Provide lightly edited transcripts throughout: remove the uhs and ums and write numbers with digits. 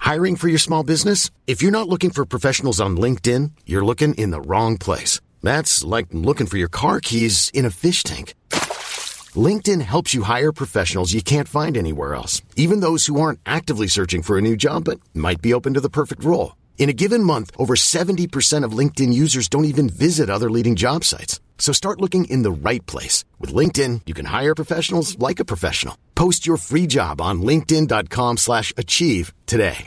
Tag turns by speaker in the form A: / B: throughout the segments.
A: Hiring for your small business? If you're not looking for professionals on LinkedIn, you're looking in the wrong place. That's like looking for your car keys in a fish tank. LinkedIn helps you hire professionals you can't find anywhere else, even those who aren't actively searching for a new job but might be open to the perfect role. In a given month, over 70% of LinkedIn users don't even visit other leading job sites. So start looking in the right place. With LinkedIn, you can hire professionals like a professional. Post your free job on linkedin.com/achieve today.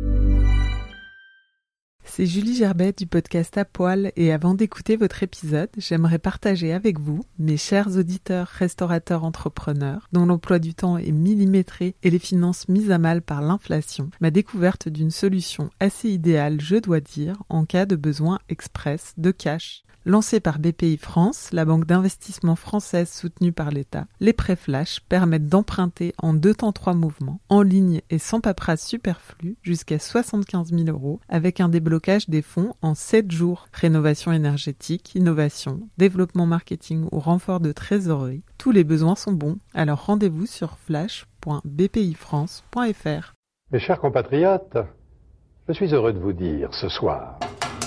B: C'est Julie Gerbet du podcast À Poil et avant d'écouter votre épisode, j'aimerais partager avec vous, mes chers auditeurs, restaurateurs, entrepreneurs, dont l'emploi du temps est millimétré et les finances mises à mal par l'inflation, ma découverte d'une solution assez idéale, je dois dire, en cas de besoin express de cash. Lancée par BPI France, la banque d'investissement française soutenue par l'État, les prêts flash permettent d'emprunter en 2 temps 3 mouvements, en ligne et sans paperasse superflue, jusqu'à 75 000 € avec un déblocage des fonds en 7 jours. Rénovation énergétique, innovation, développement marketing ou renfort de trésorerie, tous les besoins sont bons, alors rendez-vous sur flash.bpifrance.fr.
C: Mes chers compatriotes, je suis heureux de vous dire ce soir...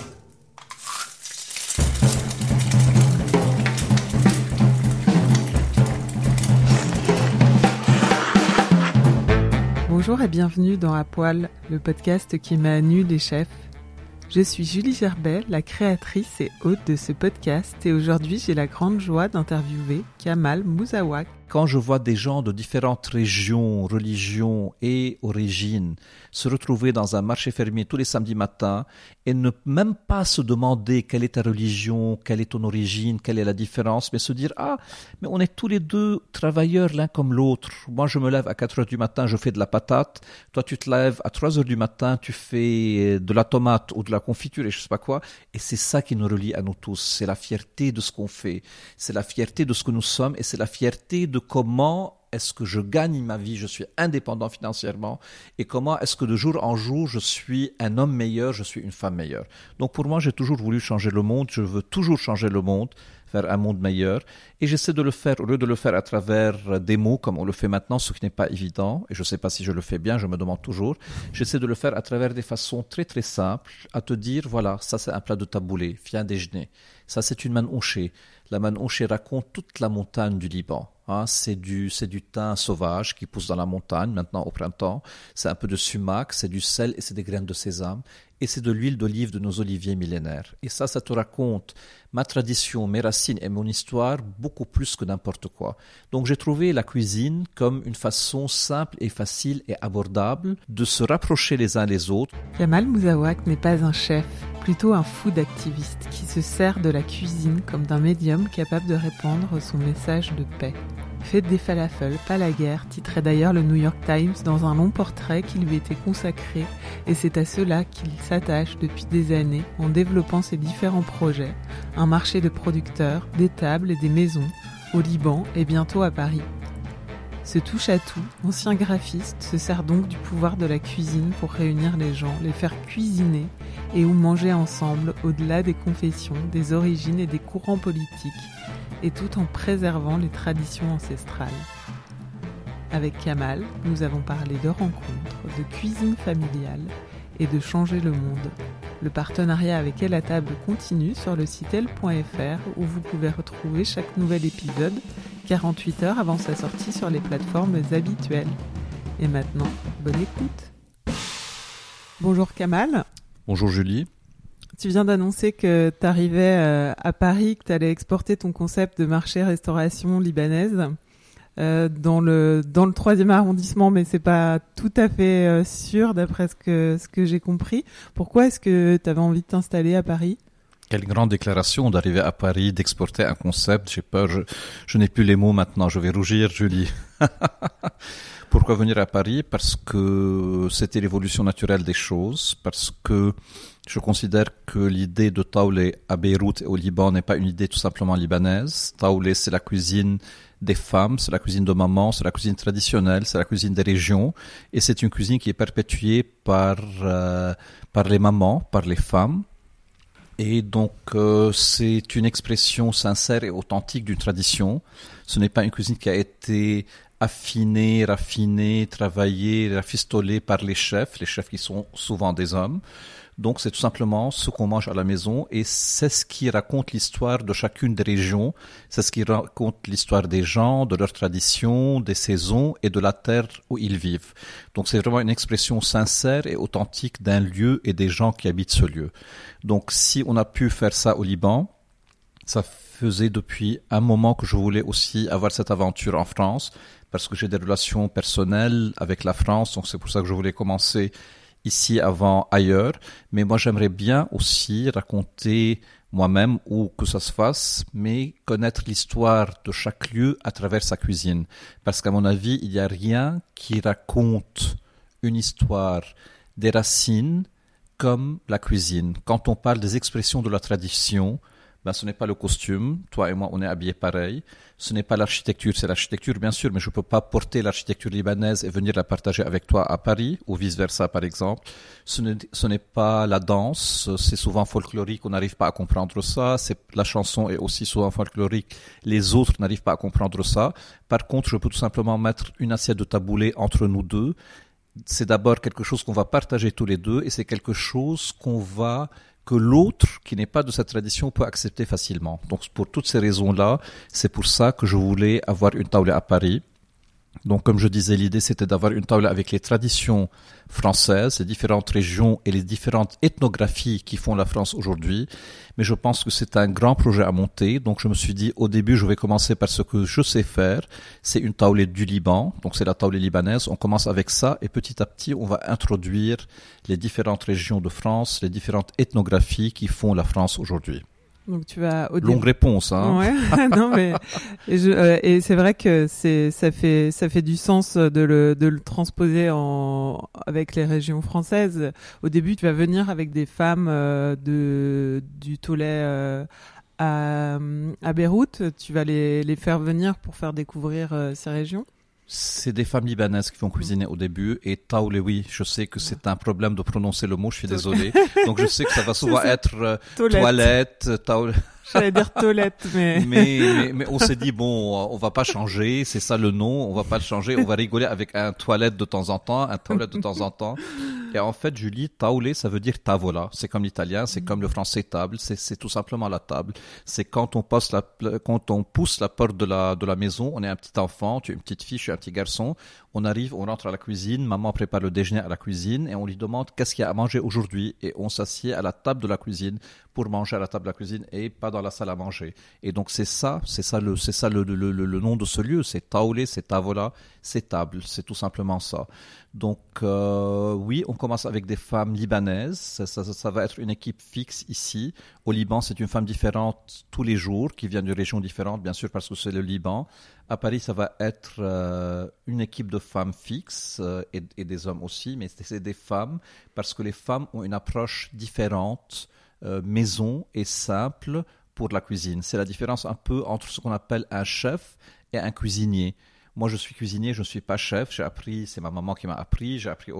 B: Bonjour et bienvenue dans À Poil, le podcast qui met à nu les chefs. Je suis Julie Gerbet, la créatrice et hôte de ce podcast et aujourd'hui j'ai la grande joie d'interviewer Kamal Mouzawak.
D: Quand je vois des gens de différentes régions, religions et origines se retrouver dans un marché fermé tous les samedis matins et ne même pas se demander quelle est ta religion, quelle est ton origine, quelle est la différence, mais se dire « Ah, mais on est tous les deux travailleurs l'un comme l'autre. Moi, je me lève à 4 heures du matin, je fais de la patate. Toi, tu te lèves à 3 heures du matin, tu fais de la tomate ou de la confiture et je sais pas quoi. » Et c'est ça qui nous relie à nous tous. C'est la fierté de ce qu'on fait. C'est la fierté de ce que nous sommes et c'est la fierté de comment est-ce que je gagne ma vie, je suis indépendant financièrement et comment est-ce que de jour en jour je suis un homme meilleur, je suis une femme meilleure. Donc pour moi j'ai toujours voulu changer le monde, je veux toujours changer le monde, faire un monde meilleur et j'essaie de le faire, au lieu de le faire à travers des mots comme on le fait maintenant, ce qui n'est pas évident et je ne sais pas si je le fais bien, je me demande toujours, j'essaie de le faire à travers des façons très très simples, à te dire voilà, ça c'est un plat de taboulé, viens déjeuner, ça c'est une manne hachée. La manne hachée raconte toute la montagne du Liban. C'est du thym sauvage qui pousse dans la montagne maintenant au printemps. C'est un peu de sumac, c'est du sel et c'est des graines de sésame. Et c'est de l'huile d'olive de nos oliviers millénaires. Et ça te raconte ma tradition, mes racines et mon histoire beaucoup plus que n'importe quoi. Donc j'ai trouvé la cuisine comme une façon simple et facile et abordable de se rapprocher les uns les autres.
B: Kamal Mouzawak n'est pas un chef, plutôt un food activiste qui se sert de la cuisine comme d'un médium capable de répandre son message de paix. Faites des falafels, pas la guerre, titrait d'ailleurs le New York Times dans un long portrait qui lui était consacré et c'est à cela qu'il s'attache depuis des années en développant ses différents projets, un marché de producteurs, des tables et des maisons, au Liban et bientôt à Paris. Ce touche-à-tout, ancien graphiste, se sert donc du pouvoir de la cuisine pour réunir les gens, les faire cuisiner et ou manger ensemble au-delà des confessions, des origines et des courants politiques, et tout en préservant les traditions ancestrales. Avec Kamal, nous avons parlé de rencontres, de cuisine familiale et de changer le monde. Le partenariat avec Elle à table continue sur le site elle.fr où vous pouvez retrouver chaque nouvel épisode 48 heures avant sa sortie sur les plateformes habituelles. Et maintenant, bonne écoute. Bonjour Kamal.
D: Bonjour Julie.
B: Tu viens d'annoncer que tu arrivais à Paris, que tu allais exporter ton concept de marché-restauration libanaise dans le 3e arrondissement, mais c'est pas tout à fait sûr d'après ce que j'ai compris. Pourquoi est-ce que tu avais envie de t'installer à Paris ?
D: Quelle grande déclaration d'arriver à Paris, d'exporter un concept. J'ai peur, je n'ai plus les mots maintenant, je vais rougir, Julie. Pourquoi venir à Paris ? Parce que c'était l'évolution naturelle des choses, parce que je considère que l'idée de taoulé à Beyrouth et au Liban n'est pas une idée tout simplement libanaise. Taoulé, c'est la cuisine des femmes, c'est la cuisine de maman, c'est la cuisine traditionnelle, c'est la cuisine des régions, et c'est une cuisine qui est perpétuée par les mamans, par les femmes. Et donc, c'est une expression sincère et authentique d'une tradition. Ce n'est pas une cuisine qui a été affinée, raffinée, travaillée, rafistolée par les chefs qui sont souvent des hommes. Donc c'est tout simplement ce qu'on mange à la maison et c'est ce qui raconte l'histoire de chacune des régions, c'est ce qui raconte l'histoire des gens, de leurs traditions, des saisons et de la terre où ils vivent. Donc c'est vraiment une expression sincère et authentique d'un lieu et des gens qui habitent ce lieu. Donc si on a pu faire ça au Liban, ça faisait depuis un moment que je voulais aussi avoir cette aventure en France parce que j'ai des relations personnelles avec la France, donc c'est pour ça que je voulais commencer ici avant ailleurs, mais moi j'aimerais bien aussi raconter moi-même où que ça se fasse, mais connaître l'histoire de chaque lieu à travers sa cuisine. Parce qu'à mon avis, il n'y a rien qui raconte une histoire des racines comme la cuisine. Quand on parle des expressions de la tradition, ben ce n'est pas le costume, toi et moi on est habillés pareil, ce n'est pas l'architecture, c'est l'architecture bien sûr, mais je ne peux pas porter l'architecture libanaise et venir la partager avec toi à Paris, ou vice-versa par exemple. Ce n'est pas la danse, c'est souvent folklorique, on n'arrive pas à comprendre ça, la chanson est aussi souvent folklorique, les autres n'arrivent pas à comprendre ça. Par contre, je peux tout simplement mettre une assiette de taboulé entre nous deux. C'est d'abord quelque chose qu'on va partager tous les deux et c'est quelque chose que l'autre, qui n'est pas de cette tradition, peut accepter facilement. Donc, pour toutes ces raisons-là, c'est pour ça que je voulais avoir une taoula à Paris. Donc, comme je disais, l'idée, c'était d'avoir une taoula avec les traditions françaises, les différentes régions et les différentes ethnographies qui font la France aujourd'hui. Mais je pense que c'est un grand projet à monter. Donc, je me suis dit, au début, je vais commencer par ce que je sais faire. C'est une taoula du Liban. Donc, c'est la taoula libanaise. On commence avec ça et petit à petit, on va introduire les différentes régions de France, les différentes ethnographies qui font la France aujourd'hui.
B: Donc tu vas
D: longue réponse, hein.
B: Ouais. Non mais et c'est vrai que ça fait du sens de le transposer avec les régions françaises. Au début, tu vas venir avec des femmes du Tolède à Beyrouth. Tu vas les faire venir pour faire découvrir ces régions.
D: C'est des femmes libanaises qui vont cuisiner au début et taoulé, oui, je sais que c'est un problème de prononcer le mot, je suis désolé. Donc je sais que ça va souvent être toilette, taoulé.
B: J'allais dire toilette,
D: mais on s'est dit bon, on va pas changer, c'est ça le nom, on va pas le changer, on va rigoler avec un toilette de temps en temps, un toilette de temps en temps. Et en fait, Julie, taoulé, ça veut dire tavola. C'est comme l'italien, c'est comme le français table, c'est tout simplement la table. C'est quand on pousse la porte de la maison, on est un petit enfant, tu es une petite fille, je suis un petit garçon, on arrive, on rentre à la cuisine, maman prépare le déjeuner à la cuisine et on lui demande qu'est-ce qu'il y a à manger aujourd'hui et on s'assied à la table de la cuisine pour manger à la table de la cuisine et pas dans la salle à manger. Et donc c'est ça le nom de ce lieu, c'est taoulé, c'est tavola, c'est table, c'est tout simplement ça. Donc oui, on commence avec des femmes libanaises, ça va être une équipe fixe ici. Au Liban, c'est une femme différente tous les jours, qui vient de régions différentes, bien sûr parce que c'est le Liban. À Paris, ça va être une équipe de femmes fixes et des hommes aussi, mais c'est des femmes parce que les femmes ont une approche différente, maison et simple pour la cuisine. C'est la différence un peu entre ce qu'on appelle un chef et un cuisinier. Moi, je suis cuisinier, je ne suis pas chef. J'ai appris, c'est ma maman qui m'a appris. J'ai appris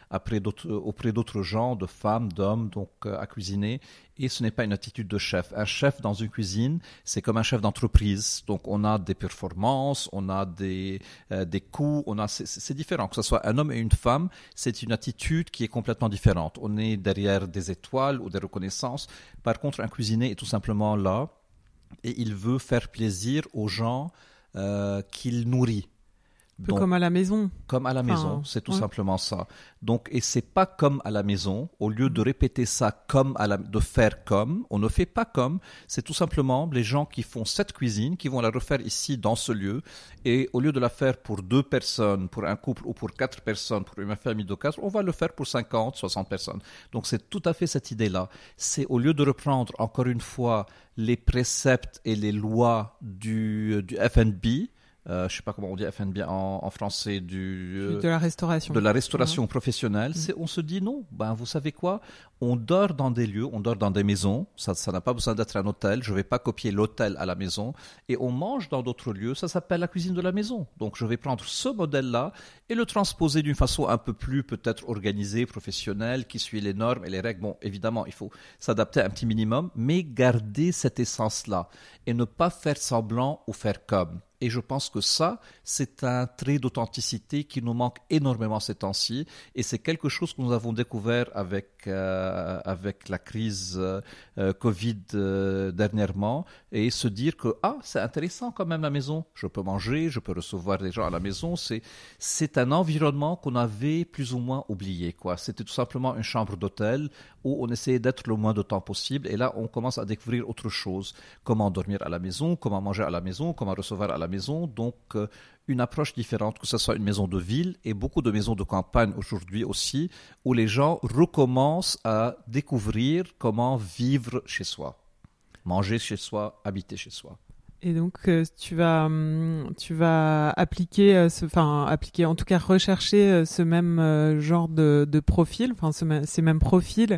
D: auprès d'autres gens, de femmes, d'hommes, donc à cuisiner. Et ce n'est pas une attitude de chef. Un chef dans une cuisine, c'est comme un chef d'entreprise. Donc, on a des performances, on a des coûts, c'est différent. Que ce soit un homme et une femme, c'est une attitude qui est complètement différente. On est derrière des étoiles ou des reconnaissances. Par contre, un cuisinier est tout simplement là et il veut faire plaisir aux gens qu'il nourrit.
B: Donc, comme à la maison.
D: Comme à la maison, c'est tout simplement ça. Donc, et c'est pas comme à la maison. Au lieu de répéter ça de faire comme, on ne fait pas comme. C'est tout simplement les gens qui font cette cuisine, qui vont la refaire ici dans ce lieu. Et au lieu de la faire pour 2 personnes, pour un couple ou pour 4 personnes, pour une famille de 4, on va le faire pour 50, 60 personnes. Donc, c'est tout à fait cette idée-là. C'est au lieu de reprendre encore une fois les préceptes et les lois du F&B. Je ne sais pas comment on dit F&B en français,
B: de la restauration.
D: De la restauration professionnelle. On se dit non, vous savez quoi, on dort dans des lieux, on dort dans des maisons, ça n'a pas besoin d'être un hôtel, je ne vais pas copier l'hôtel à la maison, et on mange dans d'autres lieux, ça s'appelle la cuisine de la maison. Donc je vais prendre ce modèle-là et le transposer d'une façon un peu plus peut-être organisée, professionnelle, qui suit les normes et les règles. Bon, évidemment, il faut s'adapter un petit minimum, mais garder cette essence-là et ne pas faire semblant ou faire comme. Et je pense que ça, c'est un trait d'authenticité qui nous manque énormément ces temps-ci. Et c'est quelque chose que nous avons découvert avec la crise Covid dernièrement. Et se dire que, c'est intéressant quand même la maison. Je peux manger, je peux recevoir des gens à la maison. C'est un environnement qu'on avait plus ou moins oublié, quoi. C'était tout simplement une chambre d'hôtel où on essayait d'être le moins de temps possible. Et là, on commence à découvrir autre chose. Comment dormir à la maison, comment manger à la maison, comment recevoir à la maison. Donc, une approche différente, que ce soit une maison de ville et beaucoup de maisons de campagne aujourd'hui aussi, où les gens recommencent à découvrir comment vivre chez soi. Manger chez soi, habiter chez soi.
B: Et donc, tu vas appliquer, appliquer, en tout cas rechercher ce même genre de profil, ces mêmes profils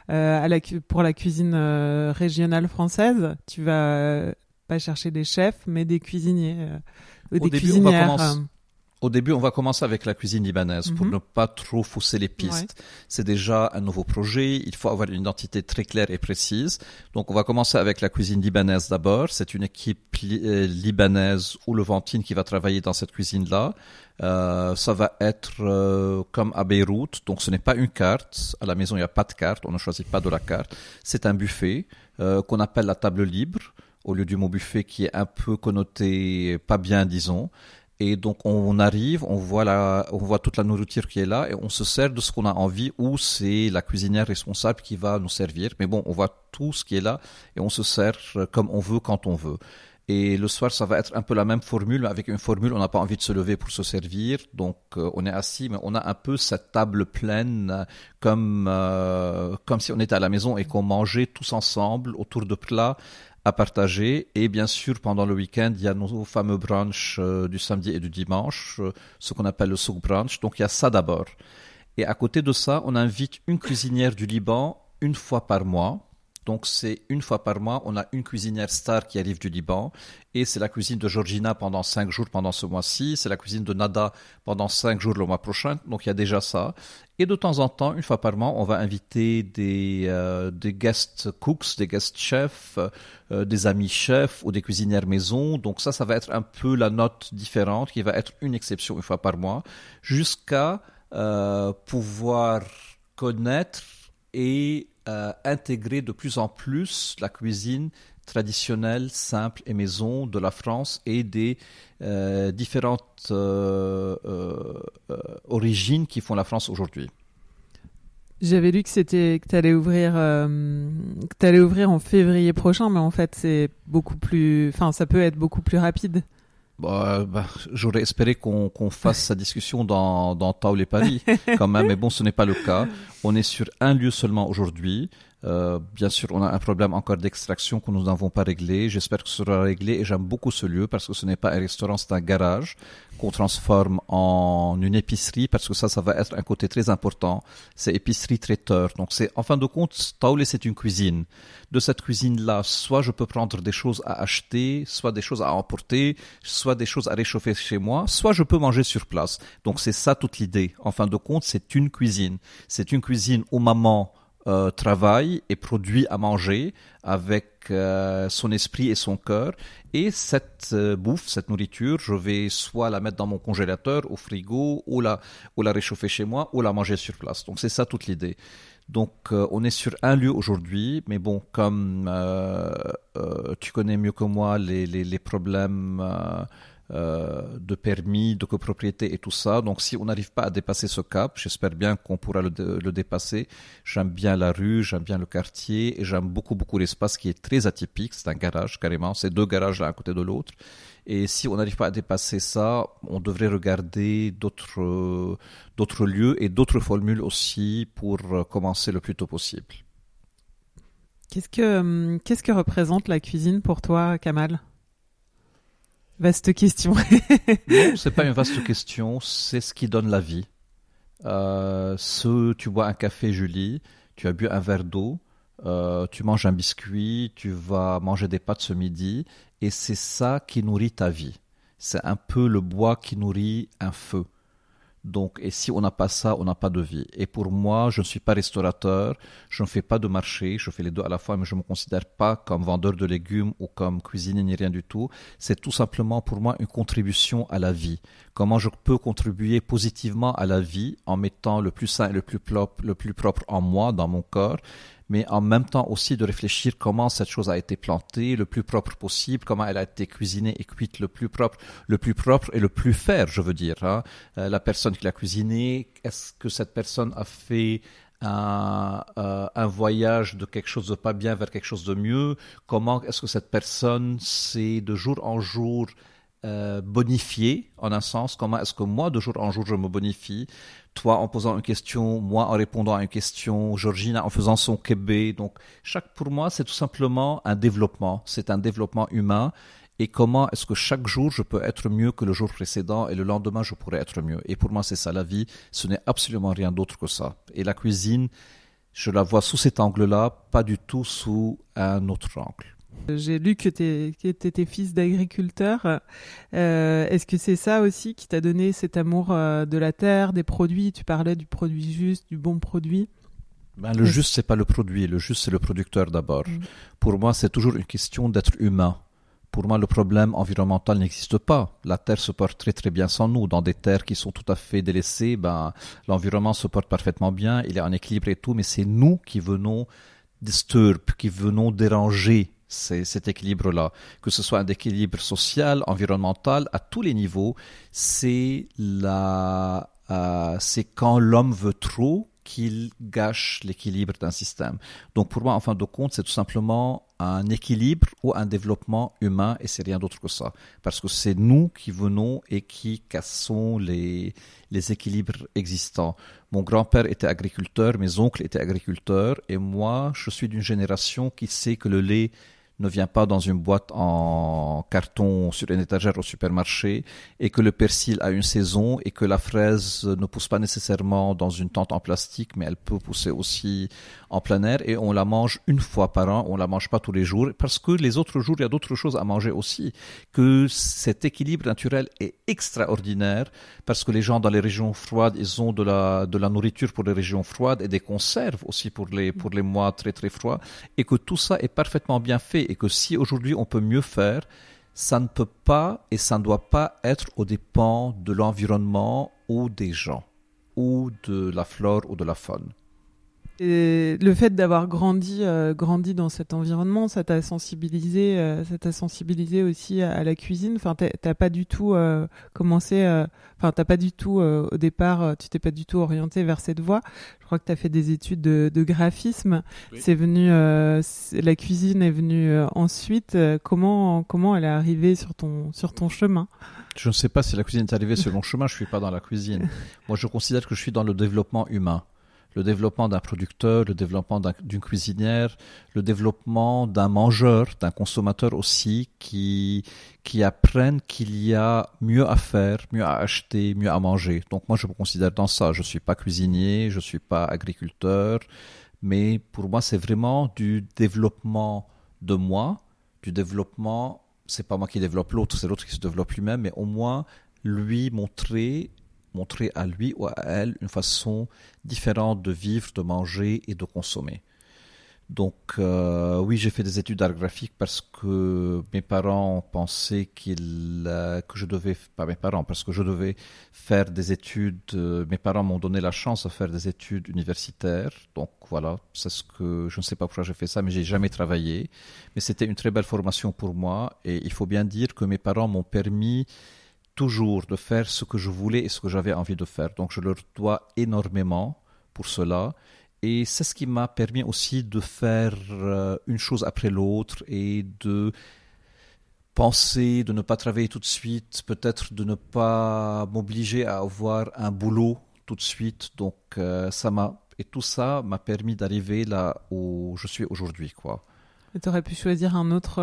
B: pour la cuisine régionale française. Tu vas pas chercher des chefs, mais des cuisiniers, des cuisinières.
D: Au début, on va commencer avec la cuisine libanaise pour ne pas trop fausser les pistes. Ouais. C'est déjà un nouveau projet. Il faut avoir une identité très claire et précise. Donc, on va commencer avec la cuisine libanaise d'abord. C'est une équipe libanaise ou levantine qui va travailler dans cette cuisine-là. Ça va être comme à Beyrouth. Donc, ce n'est pas une carte. À la maison, il n'y a pas de carte. On ne choisit pas de la carte. C'est un buffet qu'on appelle la table libre au lieu du mot buffet qui est un peu connoté pas bien, disons. Et donc, on arrive, on voit toute la nourriture qui est là et on se sert de ce qu'on a envie ou c'est la cuisinière responsable qui va nous servir. Mais bon, on voit tout ce qui est là et on se sert comme on veut, quand on veut. Et le soir, ça va être un peu la même formule, mais avec une formule, on n'a pas envie de se lever pour se servir. Donc, on est assis, mais on a un peu cette table pleine, comme si on était à la maison et qu'on mangeait tous ensemble autour de plats à partager. Et bien sûr, pendant le week-end, il y a nos fameux brunchs du samedi et du dimanche, ce qu'on appelle le souk brunch. Donc, il y a ça d'abord. Et à côté de ça, on invite une cuisinière du Liban une fois par mois. Donc, c'est une fois par mois, on a une cuisinière star qui arrive du Liban. Et c'est la cuisine de Georgina pendant 5 jours pendant ce mois-ci. C'est la cuisine de Nada pendant 5 jours le mois prochain. Donc, il y a déjà ça. Et de temps en temps, une fois par mois, on va inviter des guest cooks, des guest chefs, des amis chefs ou des cuisinières maison. Donc ça va être un peu la note différente qui va être une exception une fois par mois jusqu'à pouvoir connaître et intégrer de plus en plus la cuisine traditionnelle, simple et maison de la France et des différentes origines qui font la France aujourd'hui.
B: J'avais lu que t'allais ouvrir en février prochain, mais en fait c'est ça peut être beaucoup plus rapide.
D: J'aurais espéré qu'on fasse sa discussion dans Taoul et Paris quand même, mais bon, ce n'est pas le cas. On est sur un lieu seulement aujourd'hui. Bien sûr, on a un problème encore d'extraction que nous n'avons pas réglé. J'espère que ce sera réglé et j'aime beaucoup ce lieu parce que ce n'est pas un restaurant, c'est un garage qu'on transforme en une épicerie parce que ça va être un côté très important. C'est épicerie traiteur. Donc en fin de compte, Taoulé, c'est une cuisine. De cette cuisine-là, soit je peux prendre des choses à acheter, soit des choses à emporter, soit des choses à réchauffer chez moi, soit je peux manger sur place. Donc c'est ça toute l'idée. En fin de compte, c'est une cuisine. C'est une cuisine où maman travaille et produit à manger avec son esprit et son cœur. Et cette bouffe, cette nourriture, je vais soit la mettre dans mon congélateur, au frigo, ou la réchauffer chez moi, ou la manger sur place. Donc c'est ça toute l'idée. Donc on est sur un lieu aujourd'hui, mais bon, comme tu connais mieux que moi les problèmes de permis, de copropriété et tout ça. Donc si on n'arrive pas à dépasser ce cap, j'espère bien qu'on pourra le dépasser. J'aime bien la rue, j'aime bien le quartier et j'aime beaucoup l'espace qui est très atypique. C'est un garage carrément, c'est 2 garages l'un à côté de l'autre. Et si on n'arrive pas à dépasser ça, on devrait regarder d'autres lieux et d'autres formules aussi pour commencer le plus tôt possible.
B: Qu'est-ce que représente la cuisine pour toi, Kamal ? Vaste question.
D: Non, c'est pas une vaste question, c'est ce qui donne la vie. Tu bois un café, Julie, tu as bu un verre d'eau, tu manges un biscuit, tu vas manger des pâtes ce midi, et c'est ça qui nourrit ta vie. C'est un peu le bois qui nourrit un feu. Donc, et si on n'a pas ça, on n'a pas de vie. Et pour moi, je ne suis pas restaurateur, je ne fais pas de marché, je fais les deux à la fois, mais je ne me considère pas comme vendeur de légumes ou comme cuisinier ni rien du tout. C'est tout simplement pour moi une contribution à la vie. Comment je peux contribuer positivement à la vie en mettant le plus sain et le plus propre en moi, dans mon corps, mais en même temps aussi de réfléchir comment cette chose a été plantée le plus propre possible, comment elle a été cuisinée et cuite le plus propre et le plus faire, je veux dire. La personne qui l'a cuisinée, est-ce que cette personne a fait un voyage de quelque chose de pas bien vers quelque chose de mieux? Comment est-ce que cette personne s'est de jour en jour bonifiée, en un sens? Comment est-ce que moi, de jour en jour, je me bonifie? Toi en posant une question, moi en répondant à une question, Georgina en faisant son kébé. Donc, pour moi, c'est tout simplement un développement. C'est un développement humain. Et comment est-ce que chaque jour, je peux être mieux que le jour précédent et le lendemain, je pourrais être mieux. Et pour moi, c'est ça la vie. Ce n'est absolument rien d'autre que ça. Et la cuisine, je la vois sous cet angle-là, pas du tout sous un autre angle.
B: J'ai lu que tu étais fils d'agriculteur. Est-ce que c'est ça aussi qui t'a donné cet amour de la terre, des produits? Tu parlais du produit juste, du bon produit.
D: Le juste, c'est pas le produit. Le juste, c'est le producteur d'abord. Pour moi, c'est toujours une question d'être humain. Pour moi, le problème environnemental n'existe pas. La terre se porte très très bien sans nous. Dans des terres qui sont tout à fait délaissées, l'environnement se porte parfaitement bien. Il est en équilibre et tout, mais c'est nous qui venons qui venons déranger cet équilibre-là, que ce soit un équilibre social, environnemental, à tous les niveaux, c'est quand l'homme veut trop qu'il gâche l'équilibre d'un système. Donc pour moi, en fin de compte, c'est tout simplement un équilibre ou un développement humain et c'est rien d'autre que ça. Parce que c'est nous qui venons et qui cassons les équilibres existants. Mon grand-père était agriculteur, mes oncles étaient agriculteurs et moi, je suis d'une génération qui sait que le lait ne vient pas dans une boîte en carton sur une étagère au supermarché et que le persil a une saison et que la fraise ne pousse pas nécessairement dans une tente en plastique mais elle peut pousser aussi en plein air et on la mange une fois par an, on la mange pas tous les jours parce que les autres jours il y a d'autres choses à manger aussi, que cet équilibre naturel est extraordinaire parce que les gens dans les régions froides ils ont de la nourriture pour les régions froides et des conserves aussi pour les mois très très froids et que tout ça est parfaitement bien fait et que si aujourd'hui on peut mieux faire, ça ne peut pas et ça ne doit pas être aux dépens de l'environnement ou des gens ou de la flore ou de la faune.
B: Et le fait d'avoir grandi dans cet environnement, ça t'a sensibilisé aussi à la cuisine. Enfin, t'as pas du tout commencé. T'as pas du tout au départ, tu t'es pas du tout orienté vers cette voie. Je crois que t'as fait des études de graphisme. Oui. C'est venu, la cuisine est venue ensuite. Comment elle est arrivée sur ton chemin?
D: Je ne sais pas si la cuisine est arrivée sur mon chemin. Je suis pas dans la cuisine. Moi, je considère que je suis dans le développement humain. Le développement d'un producteur, le développement d'une cuisinière, le développement d'un mangeur, d'un consommateur aussi, qui apprennent qu'il y a mieux à faire, mieux à acheter, mieux à manger. Donc moi, je me considère dans ça. Je suis pas cuisinier, je suis pas agriculteur, mais pour moi, c'est vraiment du développement de moi, du développement, c'est pas moi qui développe l'autre, c'est l'autre qui se développe lui-même, mais au moins, lui montrer à lui ou à elle une façon différente de vivre, de manger et de consommer. Donc oui, j'ai fait des études d'art graphique parce que mes parents pensaient que je devais, pas mes parents, parce que je devais faire des études, mes parents m'ont donné la chance de faire des études universitaires, donc voilà, c'est ce que, je ne sais pas pourquoi j'ai fait ça, mais j'ai jamais travaillé, mais c'était une très belle formation pour moi et il faut bien dire que mes parents m'ont permis toujours de faire ce que je voulais et ce que j'avais envie de faire. Donc je leur dois énormément pour cela. Et c'est ce qui m'a permis aussi de faire une chose après l'autre et de penser, de ne pas travailler tout de suite, peut-être de ne pas m'obliger à avoir un boulot tout de suite. Donc tout ça m'a permis d'arriver là où je suis aujourd'hui, quoi.
B: Tu aurais pu choisir un autre,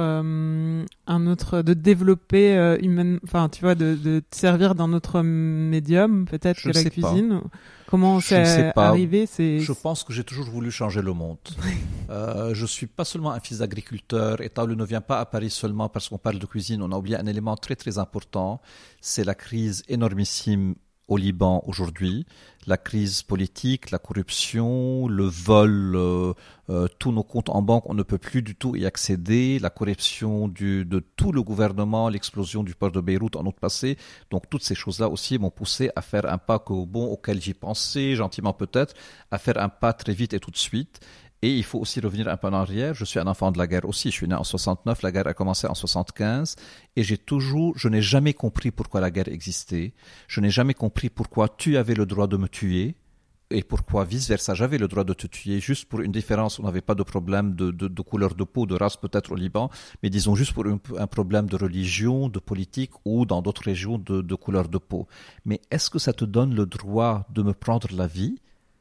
B: de développer enfin, tu vois, de te servir d'un autre médium, peut-être que la cuisine. Comment c'est arrivé?
D: Je pense que j'ai toujours voulu changer le monde. Je suis pas seulement un fils d'agriculteur, et Taoulou ne vient pas à Paris seulement parce qu'on parle de cuisine. On a oublié un élément très très important, c'est la crise énormissime au Liban aujourd'hui, la crise politique, la corruption, le vol, tous nos comptes en banque, on ne peut plus du tout y accéder, la corruption de tout le gouvernement, l'explosion du port de Beyrouth en août passé. Donc toutes ces choses-là aussi m'ont poussé à faire un pas auquel j'y pensais, gentiment peut-être, à faire un pas très vite et tout de suite. Et il faut aussi revenir un peu en arrière. Je suis un enfant de la guerre aussi. Je suis né en 69, la guerre a commencé en 75. Et je n'ai jamais compris pourquoi la guerre existait. Je n'ai jamais compris pourquoi tu avais le droit de me tuer. Et pourquoi vice-versa, j'avais le droit de te tuer, juste pour une différence. On n'avait pas de problème de couleur de peau, de race peut-être au Liban, mais disons juste pour un problème de religion, de politique ou dans d'autres régions de couleur de peau. Mais est-ce que ça te donne le droit de me prendre la vie ?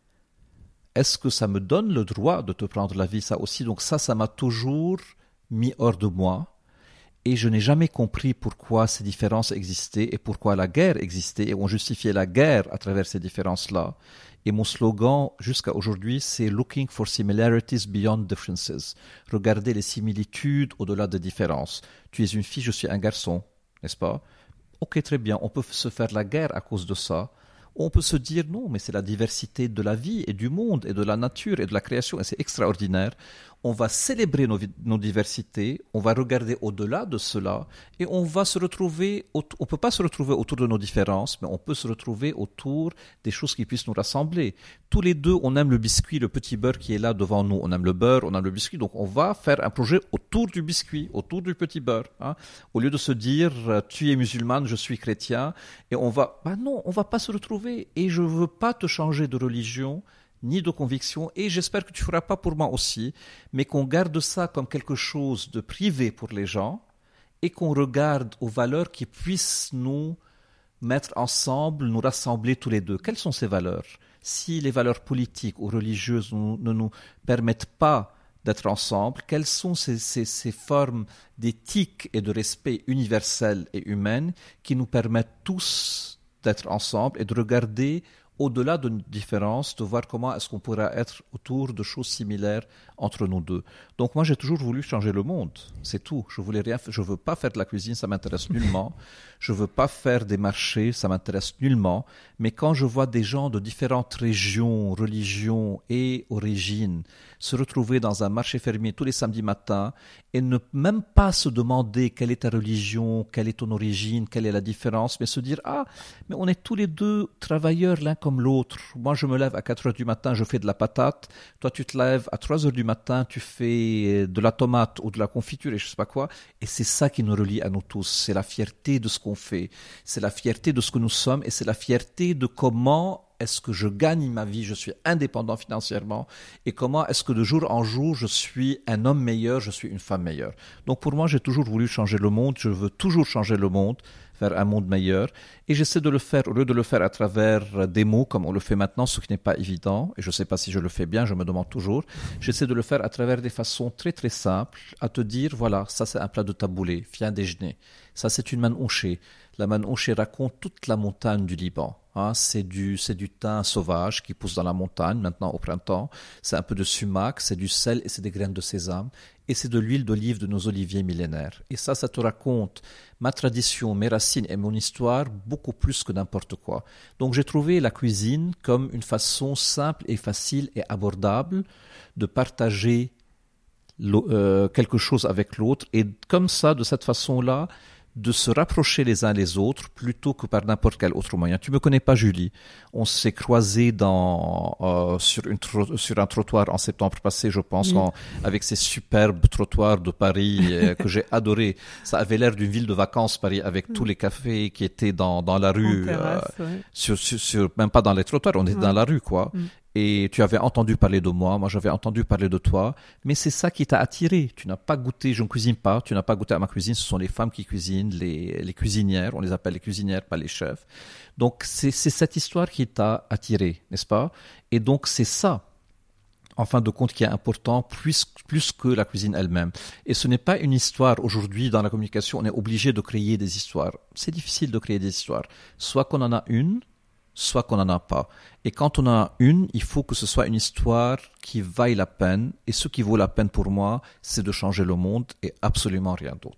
D: Est-ce que ça me donne le droit de te prendre la vie, ça aussi? Donc ça m'a toujours mis hors de moi. Et je n'ai jamais compris pourquoi ces différences existaient et pourquoi la guerre existait. Et on justifiait la guerre à travers ces différences-là. Et mon slogan jusqu'à aujourd'hui, c'est « Looking for similarities beyond differences ». Regarder les similitudes au-delà des différences. Tu es une fille, je suis un garçon, n'est-ce pas? Ok, très bien, on peut se faire la guerre à cause de ça. On peut se dire non, mais c'est la diversité de la vie et du monde et de la nature et de la création et c'est extraordinaire. On va célébrer nos diversités, on va regarder au-delà de cela et on va se retrouver, on peut pas se retrouver autour de nos différences, mais on peut se retrouver autour des choses qui puissent nous rassembler. Tous les deux, on aime le biscuit, le petit beurre qui est là devant nous. On aime le beurre, on aime le biscuit, donc on va faire un projet autour du biscuit, autour du petit beurre. Hein. Au lieu de se dire, tu es musulmane, je suis chrétien, et on va, non, on va pas se retrouver. Et je veux pas te changer de religion, ni de conviction, et j'espère que tu feras pas pour moi aussi, mais qu'on garde ça comme quelque chose de privé pour les gens, et qu'on regarde aux valeurs qui puissent nous mettre ensemble, nous rassembler tous les deux. Quelles sont ces valeurs? Si les valeurs politiques ou religieuses ne nous permettent pas d'être ensemble, quelles sont ces formes d'éthique et de respect universel et humaine qui nous permettent tous d'être ensemble et de regarder au-delà de nos différences, de voir comment est-ce qu'on pourra être autour de choses similaires entre nous deux. Donc moi, j'ai toujours voulu changer le monde, c'est tout. Je veux pas faire de la cuisine, ça m'intéresse nullement. Je veux pas faire des marchés, ça m'intéresse nullement. Mais quand je vois des gens de différentes régions, religions et origines se retrouver dans un marché fermé tous les samedis matins et ne même pas se demander quelle est ta religion, quelle est ton origine, quelle est la différence, mais se dire « Ah, mais on est tous les deux travailleurs l'un comme l'autre. Moi, je me lève à 4 heures du matin, je fais de la patate. Toi, tu te lèves à 3 heures du matin, tu fais de la tomate ou de la confiture et je sais pas quoi. Et c'est ça qui nous relie à nous tous. C'est la fierté de ce qu'on fait. C'est la fierté de ce que nous sommes et c'est la fierté de comment est-ce que je gagne ma vie, je suis indépendant financièrement et comment est-ce que de jour en jour je suis un homme meilleur, je suis une femme meilleure. Donc pour moi, j'ai toujours voulu changer le monde, je veux toujours changer le monde vers un monde meilleur et j'essaie de le faire, au lieu de le faire à travers des mots comme on le fait maintenant, ce qui n'est pas évident et je ne sais pas si je le fais bien, je me demande toujours, j'essaie de le faire à travers des façons très très simples, à te dire voilà, ça c'est un plat de taboulé, viens déjeuner, ça c'est une manouché. La manouché raconte toute la montagne du Liban. Hein, c'est du thym sauvage qui pousse dans la montagne maintenant au printemps. C'est un peu de sumac, c'est du sel et c'est des graines de sésame. Et c'est de l'huile d'olive de nos oliviers millénaires. Et ça te raconte ma tradition, mes racines et mon histoire beaucoup plus que n'importe quoi. Donc j'ai trouvé la cuisine comme une façon simple et facile et abordable de partager quelque chose avec l'autre. Et comme ça, de cette façon-là, de se rapprocher les uns les autres plutôt que par n'importe quel autre moyen. Tu me connais pas, Julie. On s'est croisés sur un trottoir en septembre passé, je pense, avec ces superbes trottoirs de Paris que j'ai adorés. Ça avait l'air d'une ville de vacances, Paris, avec tous les cafés qui étaient dans la rue,
B: terrasse,
D: même pas dans les trottoirs, on était dans la rue, quoi. Et tu avais entendu parler de moi j'avais entendu parler de toi, mais c'est ça qui t'a attiré. Tu n'as pas goûté, je ne cuisine pas, tu n'as pas goûté à ma cuisine, ce sont les femmes qui cuisinent, les cuisinières, on les appelle les cuisinières, pas les chefs. Donc c'est cette histoire qui t'a attiré, n'est-ce pas? Et donc c'est ça, en fin de compte, qui est important plus que la cuisine elle-même. Et ce n'est pas une histoire. Aujourd'hui, dans la communication, on est obligé de créer des histoires. C'est difficile de créer des histoires. Soit qu'on en a une, soit qu'on n'en a pas. Et quand on en a une, il faut que ce soit une histoire qui vaille la peine. Et ce qui vaut la peine pour moi, c'est de changer le monde et absolument rien d'autre.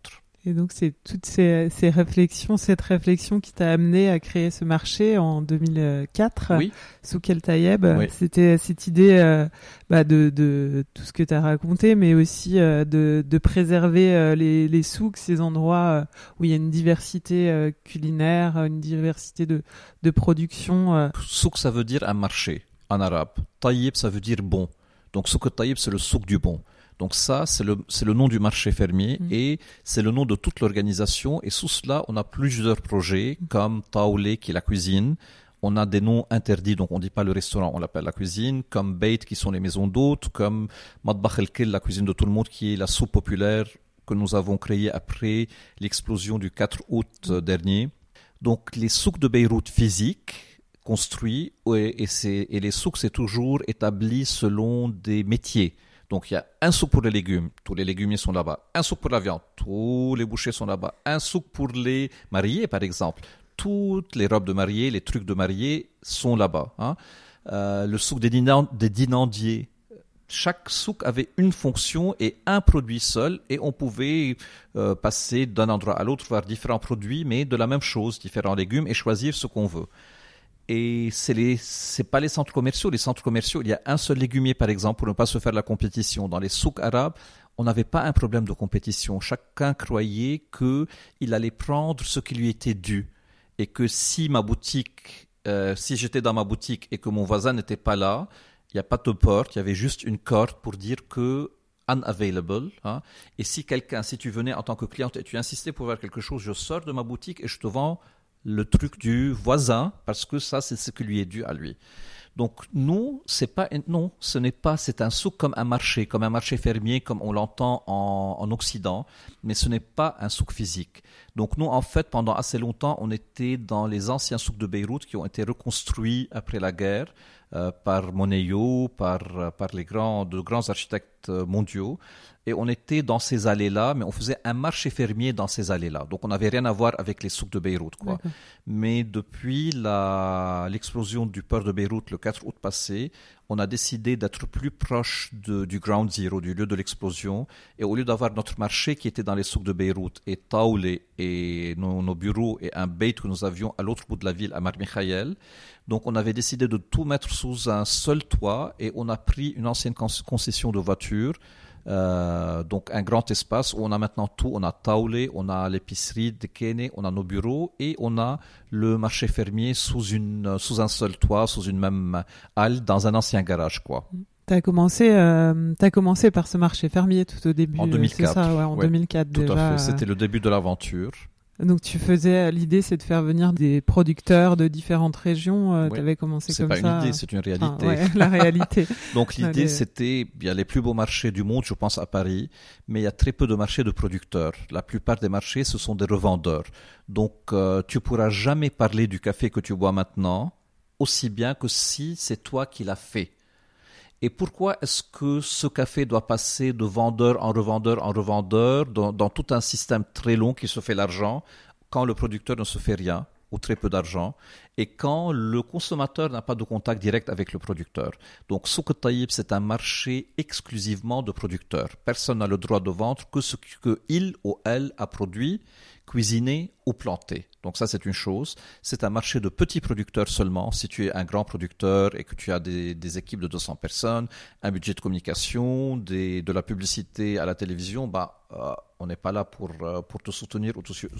B: Et donc, c'est toutes ces réflexions, cette réflexion qui t'a amené à créer ce marché en 2004,
D: Oui.
B: Souk El Tayeb.
D: Oui.
B: C'était cette idée de tout ce que tu as raconté, mais aussi de préserver les souks, ces endroits où il y a une diversité culinaire, une diversité de production.
D: Souk, ça veut dire un marché en arabe. Taïeb, ça veut dire bon. Donc, Souk El Tayeb, c'est le souk du bon. Donc ça, c'est le nom du marché fermier et c'est le nom de toute l'organisation. Et sous cela, on a plusieurs projets comme Taoulé, qui est la cuisine. On a des noms interdits, donc on ne dit pas le restaurant, on l'appelle la cuisine. Comme Beit, qui sont les maisons d'hôtes. Comme Matbakh El Kil, la cuisine de tout le monde, qui est la soupe populaire que nous avons créée après l'explosion du 4 août dernier. Donc les souks de Beyrouth physiques, construits, et les souks, c'est toujours établi selon des métiers. Donc, il y a un souk pour les légumes, tous les légumiers sont là-bas. Un souk pour la viande, tous les bouchers sont là-bas. Un souk pour les mariés, par exemple. Toutes les robes de mariée, les trucs de mariée sont là-bas. Hein. Le souk des dinandiers. Chaque souk avait une fonction et un produit seul. Et on pouvait passer d'un endroit à l'autre, voir différents produits, mais de la même chose, différents légumes, et choisir ce qu'on veut. Et c'est pas les centres commerciaux. Les centres commerciaux, il y a un seul légumier, par exemple, pour ne pas se faire la compétition. Dans les souks arabes, on n'avait pas un problème de compétition. Chacun croyait qu'il allait prendre ce qui lui était dû. Et que si j'étais dans ma boutique et que mon voisin n'était pas là, il n'y a pas de porte, il y avait juste une corde pour dire que unavailable. Hein. Et si tu venais en tant que cliente et tu insistais pour voir quelque chose, je sors de ma boutique et je te vends le truc du voisin, parce que ça, c'est ce qui lui est dû à lui. Donc, c'est un souk comme un marché fermier, comme on l'entend en Occident, mais ce n'est pas un souk physique. Donc, nous, en fait, pendant assez longtemps, on était dans les anciens souks de Beyrouth qui ont été reconstruits après la guerre par Moneyo, par de grands architectes mondiaux. Et on était dans ces allées-là, mais on faisait un marché fermier dans ces allées-là. Donc, on n'avait rien à voir avec les souks de Beyrouth, quoi. Mais depuis l'explosion du port de Beyrouth le 4 août passé, on a décidé d'être plus proche du ground zero, du lieu de l'explosion. Et au lieu d'avoir notre marché qui était dans les souks de Beyrouth et Taoulé et nos bureaux et un beit que nous avions à l'autre bout de la ville, à Mar Mikhaël, donc on avait décidé de tout mettre sous un seul toit et on a pris une ancienne concession de voitures. Donc un grand espace où on a maintenant tout, on a Taoulé, on a l'épicerie de Kéné, on a nos bureaux et on a le marché fermier sous un seul toit, sous une même halle, dans un ancien garage, quoi.
B: T'as commencé par ce marché fermier tout au début.
D: En 2004.
B: C'est ça, ouais, en 2004
D: tout
B: déjà.
D: à fait, c'était le début de l'aventure.
B: Donc l'idée c'est de faire venir des producteurs de différentes régions.
D: Oui.
B: T'avais commencé comme ça.
D: C'est pas une idée, c'est une réalité.
B: La réalité.
D: Donc l'idée c'était, il y a les plus beaux marchés du monde, je pense à Paris, mais il y a très peu de marchés de producteurs. La plupart des marchés, ce sont des revendeurs. Donc tu pourras jamais parler du café que tu bois maintenant aussi bien que si c'est toi qui l'as fait. Et pourquoi est-ce que ce café doit passer de vendeur en revendeur dans tout un système très long qui se fait l'argent quand le producteur ne se fait rien ou très peu d'argent et quand le consommateur n'a pas de contact direct avec le producteur. Donc Souk El Tayeb, c'est un marché exclusivement de producteurs. Personne n'a le droit de vendre que ce qu'il ou elle a produit, cuisiné ou planté. Donc ça, c'est une chose. C'est un marché de petits producteurs seulement. Si tu es un grand producteur et que tu as des équipes de 200 personnes, un budget de communication, de la publicité à la télévision, on n'est pas là pour te soutenir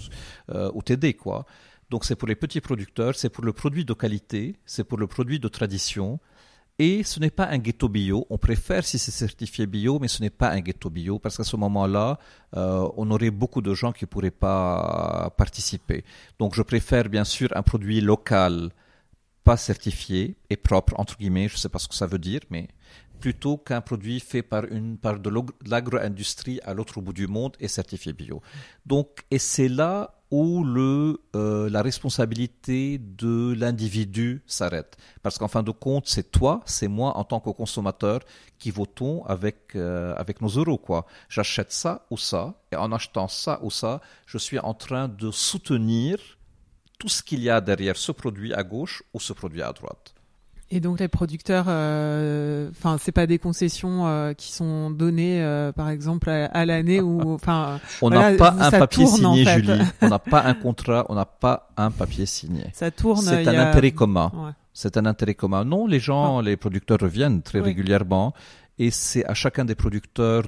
D: ou t'aider, quoi. Donc c'est pour les petits producteurs, c'est pour le produit de qualité, c'est pour le produit de tradition. Et ce n'est pas un ghetto bio. On préfère si c'est certifié bio, mais ce n'est pas un ghetto bio parce qu'à ce moment-là, on aurait beaucoup de gens qui ne pourraient pas participer. Donc je préfère bien sûr un produit local, pas certifié et propre, entre guillemets, je ne sais pas ce que ça veut dire, mais plutôt qu'un produit fait par de l'agro-industrie à l'autre bout du monde et certifié bio. Donc, et c'est là où la responsabilité de l'individu s'arrête. Parce qu'en fin de compte, c'est toi, c'est moi en tant que consommateur qui votons avec nos euros, quoi. J'achète ça ou ça, et en achetant ça ou ça, je suis en train de soutenir tout ce qu'il y a derrière ce produit à gauche ou ce produit à droite.
B: Et donc les producteurs, c'est pas des concessions qui sont données, par exemple, à l'année ou,
D: on n'a pas un papier signé, Julie. On n'a pas un contrat, on n'a pas un papier signé.
B: Ça tourne.
D: C'est un intérêt commun.
B: Ouais.
D: C'est un intérêt commun. Non, les producteurs reviennent très régulièrement, et c'est à chacun des producteurs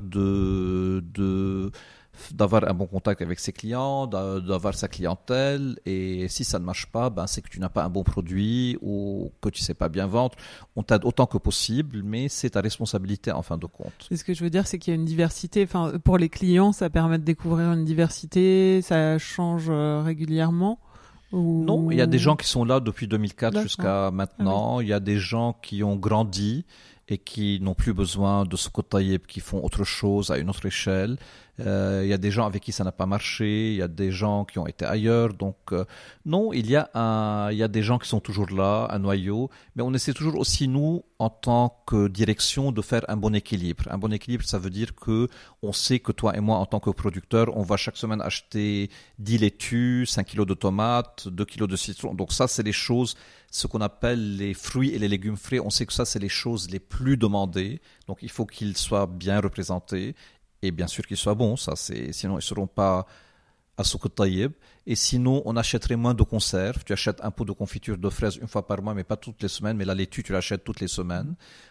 D: d'avoir un bon contact avec ses clients, d'avoir sa clientèle, et si ça ne marche pas, c'est que tu n'as pas un bon produit ou que tu sais pas bien vendre. On t'aide autant que possible, mais c'est ta responsabilité en fin de compte.
B: Et ce que je veux dire, c'est qu'il y a une diversité. Pour les clients, ça permet de découvrir une diversité, ça change régulièrement.
D: Non, il y a des gens qui sont là depuis 2004 jusqu'à maintenant. Il y a des gens qui ont grandi et qui n'ont plus besoin de ce Taïeb, qui font autre chose à une autre échelle. Il y a des gens avec qui ça n'a pas marché, il y a des gens qui ont été ailleurs. Donc non, il y a des gens qui sont toujours là, un noyau, mais on essaie toujours aussi, nous, en tant que direction, de faire un bon équilibre. Un bon équilibre, ça veut dire que on sait que toi et moi, en tant que producteur, on va chaque semaine acheter 10 laitues, 5 kilos de tomates, 2 kilos de citron. Donc ça, c'est les choses, ce qu'on appelle les fruits et les légumes frais. On sait que ça, c'est les choses les plus demandées. Donc il faut qu'ils soient bien représentés. Et bien sûr qu'ils soient bons, sinon ils ne seront pas à Souk Taïeb. Et sinon, on achèterait moins de conserves. Tu achètes un pot de confiture de fraises une fois par mois, mais pas toutes les semaines. Mais la laitue, tu l'achètes toutes les semaines.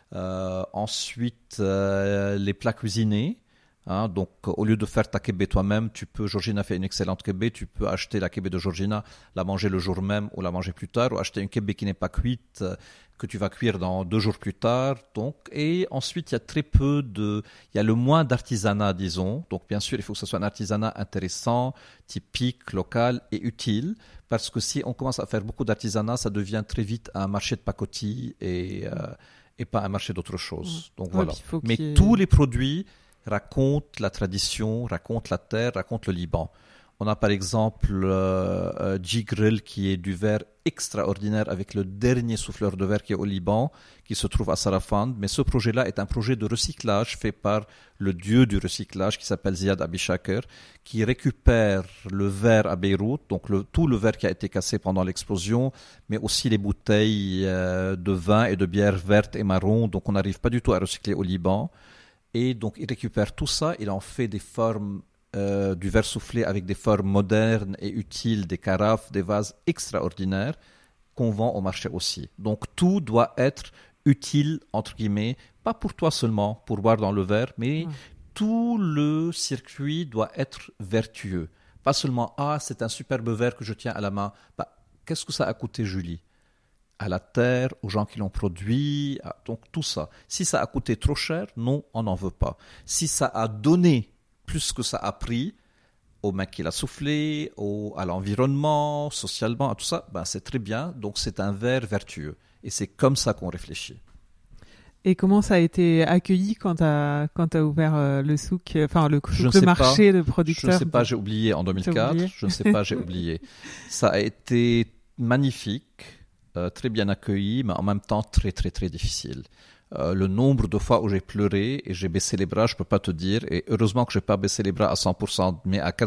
D: Ensuite, les plats cuisinés. Donc, au lieu de faire ta kébé toi-même, Georgina fait une excellente kébé, tu peux acheter la kébé de Georgina, la manger le jour même ou la manger plus tard, ou acheter une kébé qui n'est pas cuite, que tu vas cuire dans 2 jours plus tard. Donc, et ensuite, il y a le moins d'artisanat, disons. Donc, bien sûr, il faut que ce soit un artisanat intéressant, typique, local et utile, parce que si on commence à faire beaucoup d'artisanat, ça devient très vite un marché de pacotille et pas un marché d'autre chose. Donc, voilà. Mais tous les produits raconte la tradition, raconte la terre, raconte le Liban. On a par exemple Djigril, qui est du verre extraordinaire avec le dernier souffleur de verre qui est au Liban, qui se trouve à Sarafand. Mais ce projet-là est un projet de recyclage fait par le dieu du recyclage qui s'appelle Ziad Abishaker, qui récupère le verre à Beyrouth, donc tout le verre qui a été cassé pendant l'explosion, mais aussi les bouteilles de vin et de bière verte et marron. Donc on n'arrive pas du tout à recycler au Liban. Et donc, il récupère tout ça, il en fait des formes du verre soufflé avec des formes modernes et utiles, des carafes, des vases extraordinaires qu'on vend au marché aussi. Donc, tout doit être utile, entre guillemets, pas pour toi seulement, pour boire dans le verre, mais tout le circuit doit être vertueux. Pas seulement, c'est un superbe verre que je tiens à la main. Qu'est-ce que ça a coûté, Julie ? À la terre, aux gens qui l'ont produit, donc tout ça. Si ça a coûté trop cher, non, on n'en veut pas. Si ça a donné plus que ça a pris au mec qui l'a soufflé, à l'environnement, socialement, à tout ça, c'est très bien. Donc c'est un verre vertueux. Et c'est comme ça qu'on réfléchit.
B: Et comment ça a été accueilli quand t'as ouvert le souk, le marché de producteurs?
D: Je ne sais pas, j'ai oublié en 2004. Je ne sais pas, j'ai oublié. Ça a été magnifique. Très bien accueilli, mais en même temps très très très difficile. Le nombre de fois où j'ai pleuré et j'ai baissé les bras, je peux pas te dire. Et heureusement que j'ai pas baissé les bras à 100%, mais à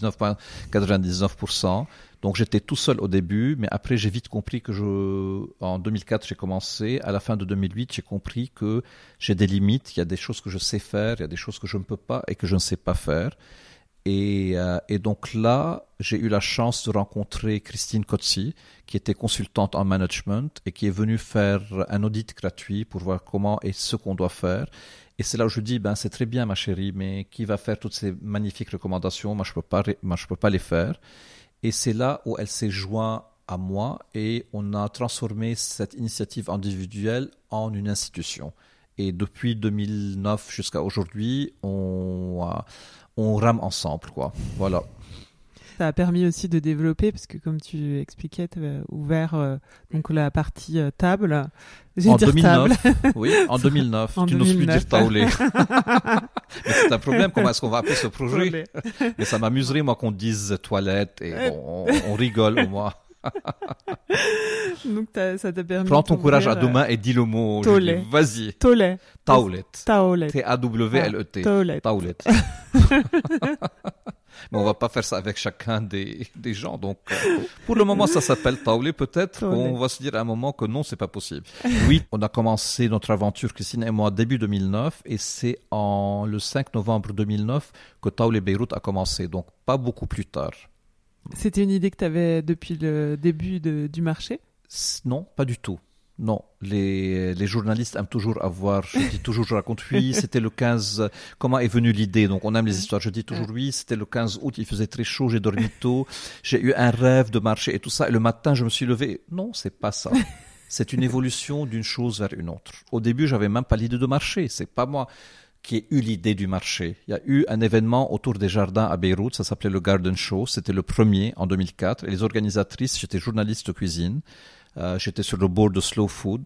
D: 99,99%. Donc j'étais tout seul au début, mais après j'ai vite compris que en 2004 j'ai commencé. À la fin de 2008, j'ai compris que j'ai des limites. Il y a des choses que je sais faire, il y a des choses que je ne peux pas et que je ne sais pas faire. Et donc là, j'ai eu la chance de rencontrer Christine Kotsi, qui était consultante en management et qui est venue faire un audit gratuit pour voir comment et ce qu'on doit faire. Et c'est là où je dis, c'est très bien ma chérie, mais qui va faire toutes ces magnifiques recommandations? Moi, je peux pas les faire. Et c'est là où elle s'est jointe à moi et on a transformé cette initiative individuelle en une institution. Et depuis 2009 jusqu'à aujourd'hui, on rame ensemble, quoi. Voilà.
B: Ça a permis aussi de développer, parce que comme tu expliquais, tu avais ouvert donc la partie table.
D: En 2009, oui, en 2009. Tu n'oses plus dire taoulé. Mais c'est un problème, comment est-ce qu'on va appeler ce projet? Mais ça m'amuserait, moi, qu'on dise toilette, et on rigole au moins.
B: Donc ça t'a permis.
D: Prends ton courage à deux mains et dis le mot.
B: Taulet.
D: Vas-y.
B: Taulet.
D: Taulet.
B: Taulet.
D: T-A-W-L-E-T.
B: Taulet.
D: Taulet. Mais on va pas faire ça avec chacun des gens. Donc, pour le moment, ça s'appelle Taulet. Peut-être qu'on va se dire à un moment que non, c'est pas possible. Oui, on a commencé notre aventure, Christine et moi, début 2009. Et c'est le 5 novembre 2009 que Taulet Beyrouth a commencé. Donc, pas beaucoup plus tard.
B: C'était une idée que tu avais depuis le début du marché ?
D: Non, pas du tout. Non, les journalistes aiment toujours avoir, je dis toujours, je raconte oui, c'était le 15, comment est venue l'idée? Donc on aime les histoires, je dis toujours oui, c'était le 15 août, il faisait très chaud, j'ai dormi tôt, j'ai eu un rêve de marché et tout ça, et le matin je me suis levé. Non, c'est pas ça. C'est une évolution d'une chose vers une autre. Au début, j'avais même pas l'idée de marché, c'est pas moi qui ai eu l'idée du marché. Il y a eu un événement autour des jardins à Beyrouth, ça s'appelait le Garden Show, c'était le premier en 2004, et les organisatrices, j'étais journaliste de cuisine. J'étais sur le board de Slow Food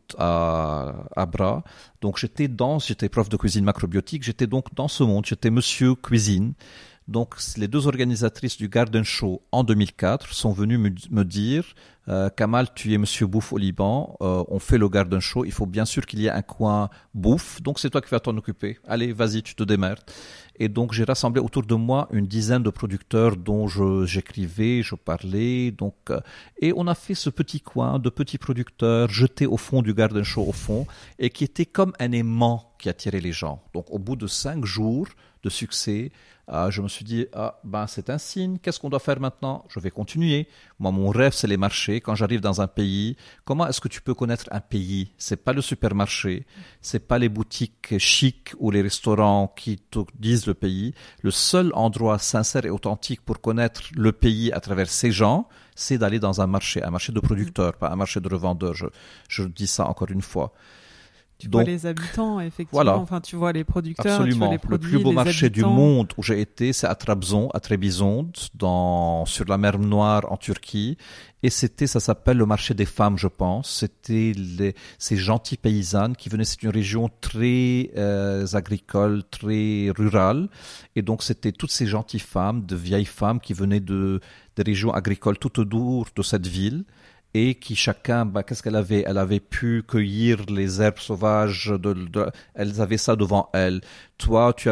D: à Bra. Donc j'étais prof de cuisine macrobiotique. J'étais donc dans ce monde. J'étais monsieur cuisine. Donc les deux organisatrices du Garden Show en 2004 sont venues me dire Kamal, tu es monsieur bouffe au Liban. On fait le Garden Show. Il faut bien sûr qu'il y ait un coin bouffe. Donc c'est toi qui vas t'en occuper. Allez, vas-y, tu te démerdes. Et donc, j'ai rassemblé autour de moi une dizaine de producteurs dont j'écrivais, je parlais. Donc, et on a fait ce petit coin de petits producteurs jetés au fond du Garden Show au fond et qui était comme un aimant qui attirait les gens. Donc, au bout de 5 jours de succès, je me suis dit, c'est un signe, qu'est-ce qu'on doit faire maintenant? Je vais continuer. Moi, mon rêve, c'est les marchés. Quand j'arrive dans un pays, comment est-ce que tu peux connaître un pays? C'est pas le supermarché, c'est pas les boutiques chics ou les restaurants qui te disent le pays. Le seul endroit sincère et authentique pour connaître le pays à travers ces gens, c'est d'aller dans un marché de producteurs, pas un marché de revendeurs. Je dis ça encore une fois.
B: Tu vois les habitants, effectivement.
D: Voilà.
B: Enfin, tu vois les producteurs,
D: absolument.
B: Tu vois les produits,
D: le plus beau
B: les
D: marché
B: habitants.
D: du monde où j'ai été, c'est à Trabzon, à Trebizond, sur la mer Noire en Turquie. Et ça s'appelle le marché des femmes, je pense. C'était ces gentilles paysannes qui venaient. C'est une région très agricole, très rurale. Et donc, c'était toutes ces gentilles femmes, de vieilles femmes qui venaient des régions agricoles tout autour de cette ville. Et qui chacun, qu'est-ce qu'elle avait? Elle avait pu cueillir les herbes sauvages, elles avaient ça devant elles. Toi, tu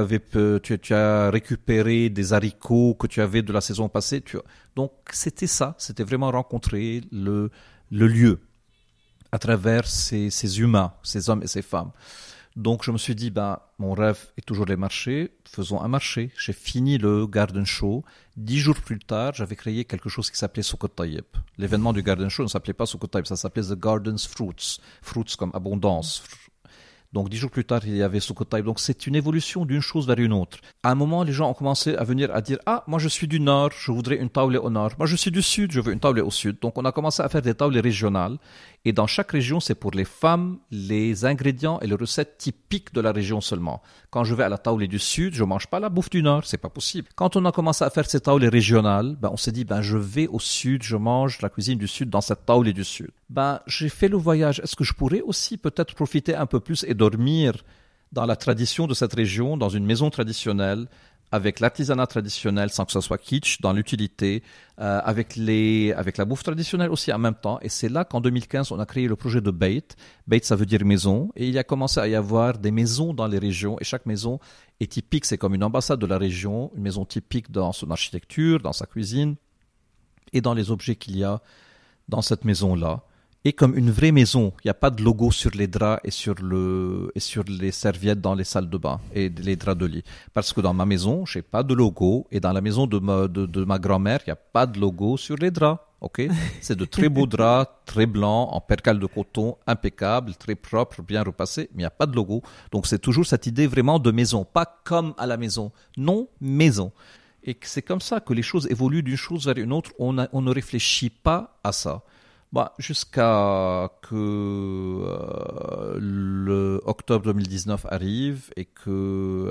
D: as récupéré des haricots que tu avais de la saison passée. Donc, c'était ça. C'était vraiment rencontrer le lieu à travers ces humains, ces hommes et ces femmes. Donc, je me suis dit, mon rêve est toujours les marchés. Faisons un marché. J'ai fini le Garden Show. 10 jours plus tard, j'avais créé quelque chose qui s'appelait Souk al-Tayyib. L'événement du Garden Show ne s'appelait pas Souk al-Tayyib, ça s'appelait The Garden's Fruits. Fruits comme abondance. Donc 10 jours plus tard, il y avait Souk al-Tayyib. Donc c'est une évolution d'une chose vers une autre. À un moment, les gens ont commencé à venir à dire « Ah, moi je suis du Nord, je voudrais une tablée au Nord. Moi je suis du Sud, je veux une tablée au Sud. » Donc on a commencé à faire des tablées régionales. Et dans chaque région, c'est pour les femmes, les ingrédients et les recettes typiques de la région seulement. Quand je vais à la tablée du Sud, je mange pas la bouffe du Nord, c'est pas possible. Quand on a commencé à faire ces tablées régionales, on s'est dit je vais au Sud, je mange la cuisine du Sud dans cette tablée du Sud. J'ai fait le voyage. Est-ce que je pourrais aussi peut-être profiter un peu plus et dormir dans la tradition de cette région, dans une maison traditionnelle, avec l'artisanat traditionnel sans que ça soit kitsch, dans l'utilité, avec la bouffe traditionnelle aussi en même temps. Et c'est là qu'en 2015, on a créé le projet de Beit. Beit, ça veut dire maison. Et il a commencé à y avoir des maisons dans les régions. Et chaque maison est typique. C'est comme une ambassade de la région, une maison typique dans son architecture, dans sa cuisine et dans les objets qu'il y a dans cette maison-là. Et comme une vraie maison, il n'y a pas de logo sur les draps et sur les serviettes dans les salles de bain et les draps de lit. Parce que dans ma maison, j'ai pas de logo et dans la maison de ma grand-mère, il n'y a pas de logo sur les draps. Ok, c'est de très beaux draps, très blancs, en percale de coton, impeccable, très propre, bien repassé, mais il n'y a pas de logo. Donc c'est toujours cette idée vraiment de maison, pas comme à la maison, non, maison. Et c'est comme ça que les choses évoluent d'une chose vers une autre. On ne réfléchit pas à ça. Jusqu'à que le octobre 2019 arrive et que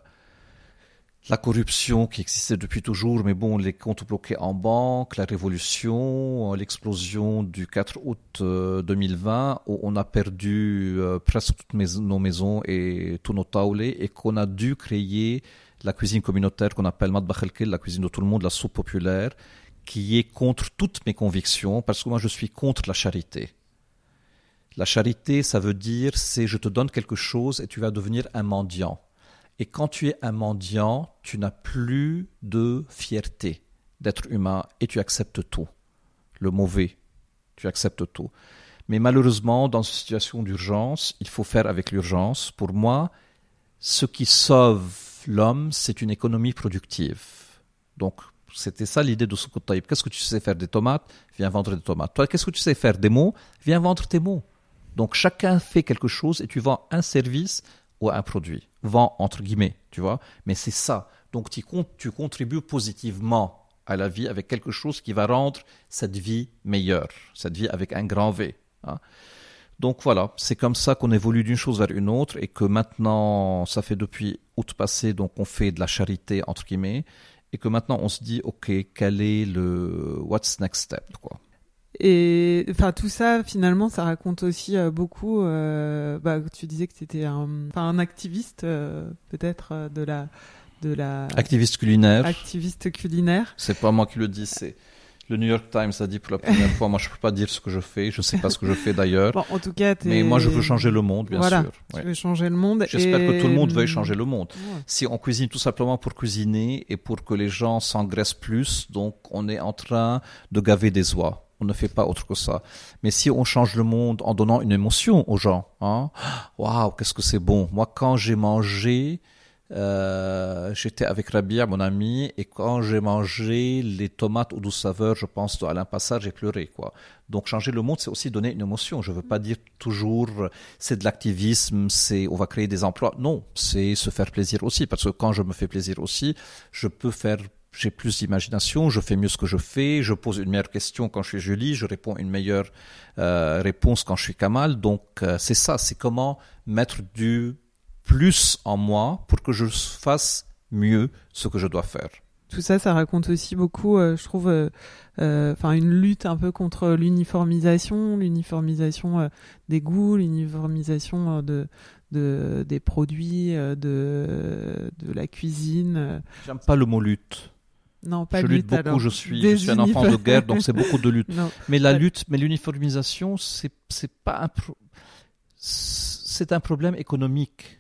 D: la corruption qui existait depuis toujours, mais les comptes bloqués en banque, la révolution, l'explosion du 4 août 2020, où on a perdu presque toutes nos maisons et tous nos taoulés et qu'on a dû créer la cuisine communautaire qu'on appelle Matbakh el-Kil, la cuisine de tout le monde, la soupe populaire, qui est contre toutes mes convictions, parce que moi je suis contre la charité. La charité, ça veut dire, c'est je te donne quelque chose et tu vas devenir un mendiant. Et quand tu es un mendiant, tu n'as plus de fierté d'être humain et tu acceptes tout. Le mauvais, tu acceptes tout. Mais malheureusement, dans une situation d'urgence, il faut faire avec l'urgence. Pour moi, ce qui sauve l'homme, c'est une économie productive. Donc, c'était ça l'idée de Soukout Taïb. Qu'est-ce que tu sais faire des tomates? Viens vendre des tomates. Toi, qu'est-ce que tu sais faire des mots? Viens vendre tes mots. Donc, chacun fait quelque chose et tu vends un service ou un produit. Vends entre guillemets, tu vois. Mais c'est ça. Donc, tu contribues positivement à la vie avec quelque chose qui va rendre cette vie meilleure. Cette vie avec un grand V. Hein. Donc voilà, c'est comme ça qu'on évolue d'une chose vers une autre et que maintenant, ça fait depuis août passé, donc on fait de la charité entre guillemets et que maintenant on se dit, ok, quel est le what's next step, quoi.
B: Et enfin tout ça finalement ça raconte aussi beaucoup tu disais que tu étais un activiste peut-être de la
D: activiste culinaire. C'est pas moi qui le dis, c'est le New York Times a dit pour la première fois. Moi je peux pas dire ce que je fais, je sais pas ce que je fais d'ailleurs.
B: Bon, en tout cas
D: mais moi je veux changer le monde, bien sûr.
B: Tu veux changer le monde.
D: J'espère que tout le monde veuille changer le monde. Ouais. Si on cuisine tout simplement pour cuisiner et pour que les gens s'engraissent plus, donc on est en train de gaver des oies. On ne fait pas autre que ça. Mais si on change le monde en donnant une émotion aux gens, hein, waouh, qu'est-ce que c'est bon. Moi, quand j'ai mangé, j'étais avec Rabia, mon ami, et quand j'ai mangé les tomates aux douces saveurs, je pense à Alain Passard, j'ai pleuré, quoi. Donc, changer le monde, c'est aussi donner une émotion. Je veux pas dire toujours, c'est de l'activisme, c'est, on va créer des emplois. Non, c'est se faire plaisir aussi. Parce que quand je me fais plaisir aussi, j'ai plus d'imagination, je fais mieux ce que je fais, je pose une meilleure question quand je suis Julie, je réponds une meilleure réponse quand je suis Kamal. Donc c'est ça, c'est comment mettre du plus en moi pour que je fasse mieux ce que je dois faire.
B: Tout ça, ça raconte aussi beaucoup, je trouve, une lutte un peu contre l'uniformisation des goûts, l'uniformisation des produits, de la cuisine.
D: J'aime pas le mot lutte.
B: Non, pas
D: je lutte beaucoup,
B: alors.
D: je suis un enfant de guerre, donc c'est beaucoup de lutte.
B: Non,
D: mais l'uniformisation, c'est pas c'est un problème économique.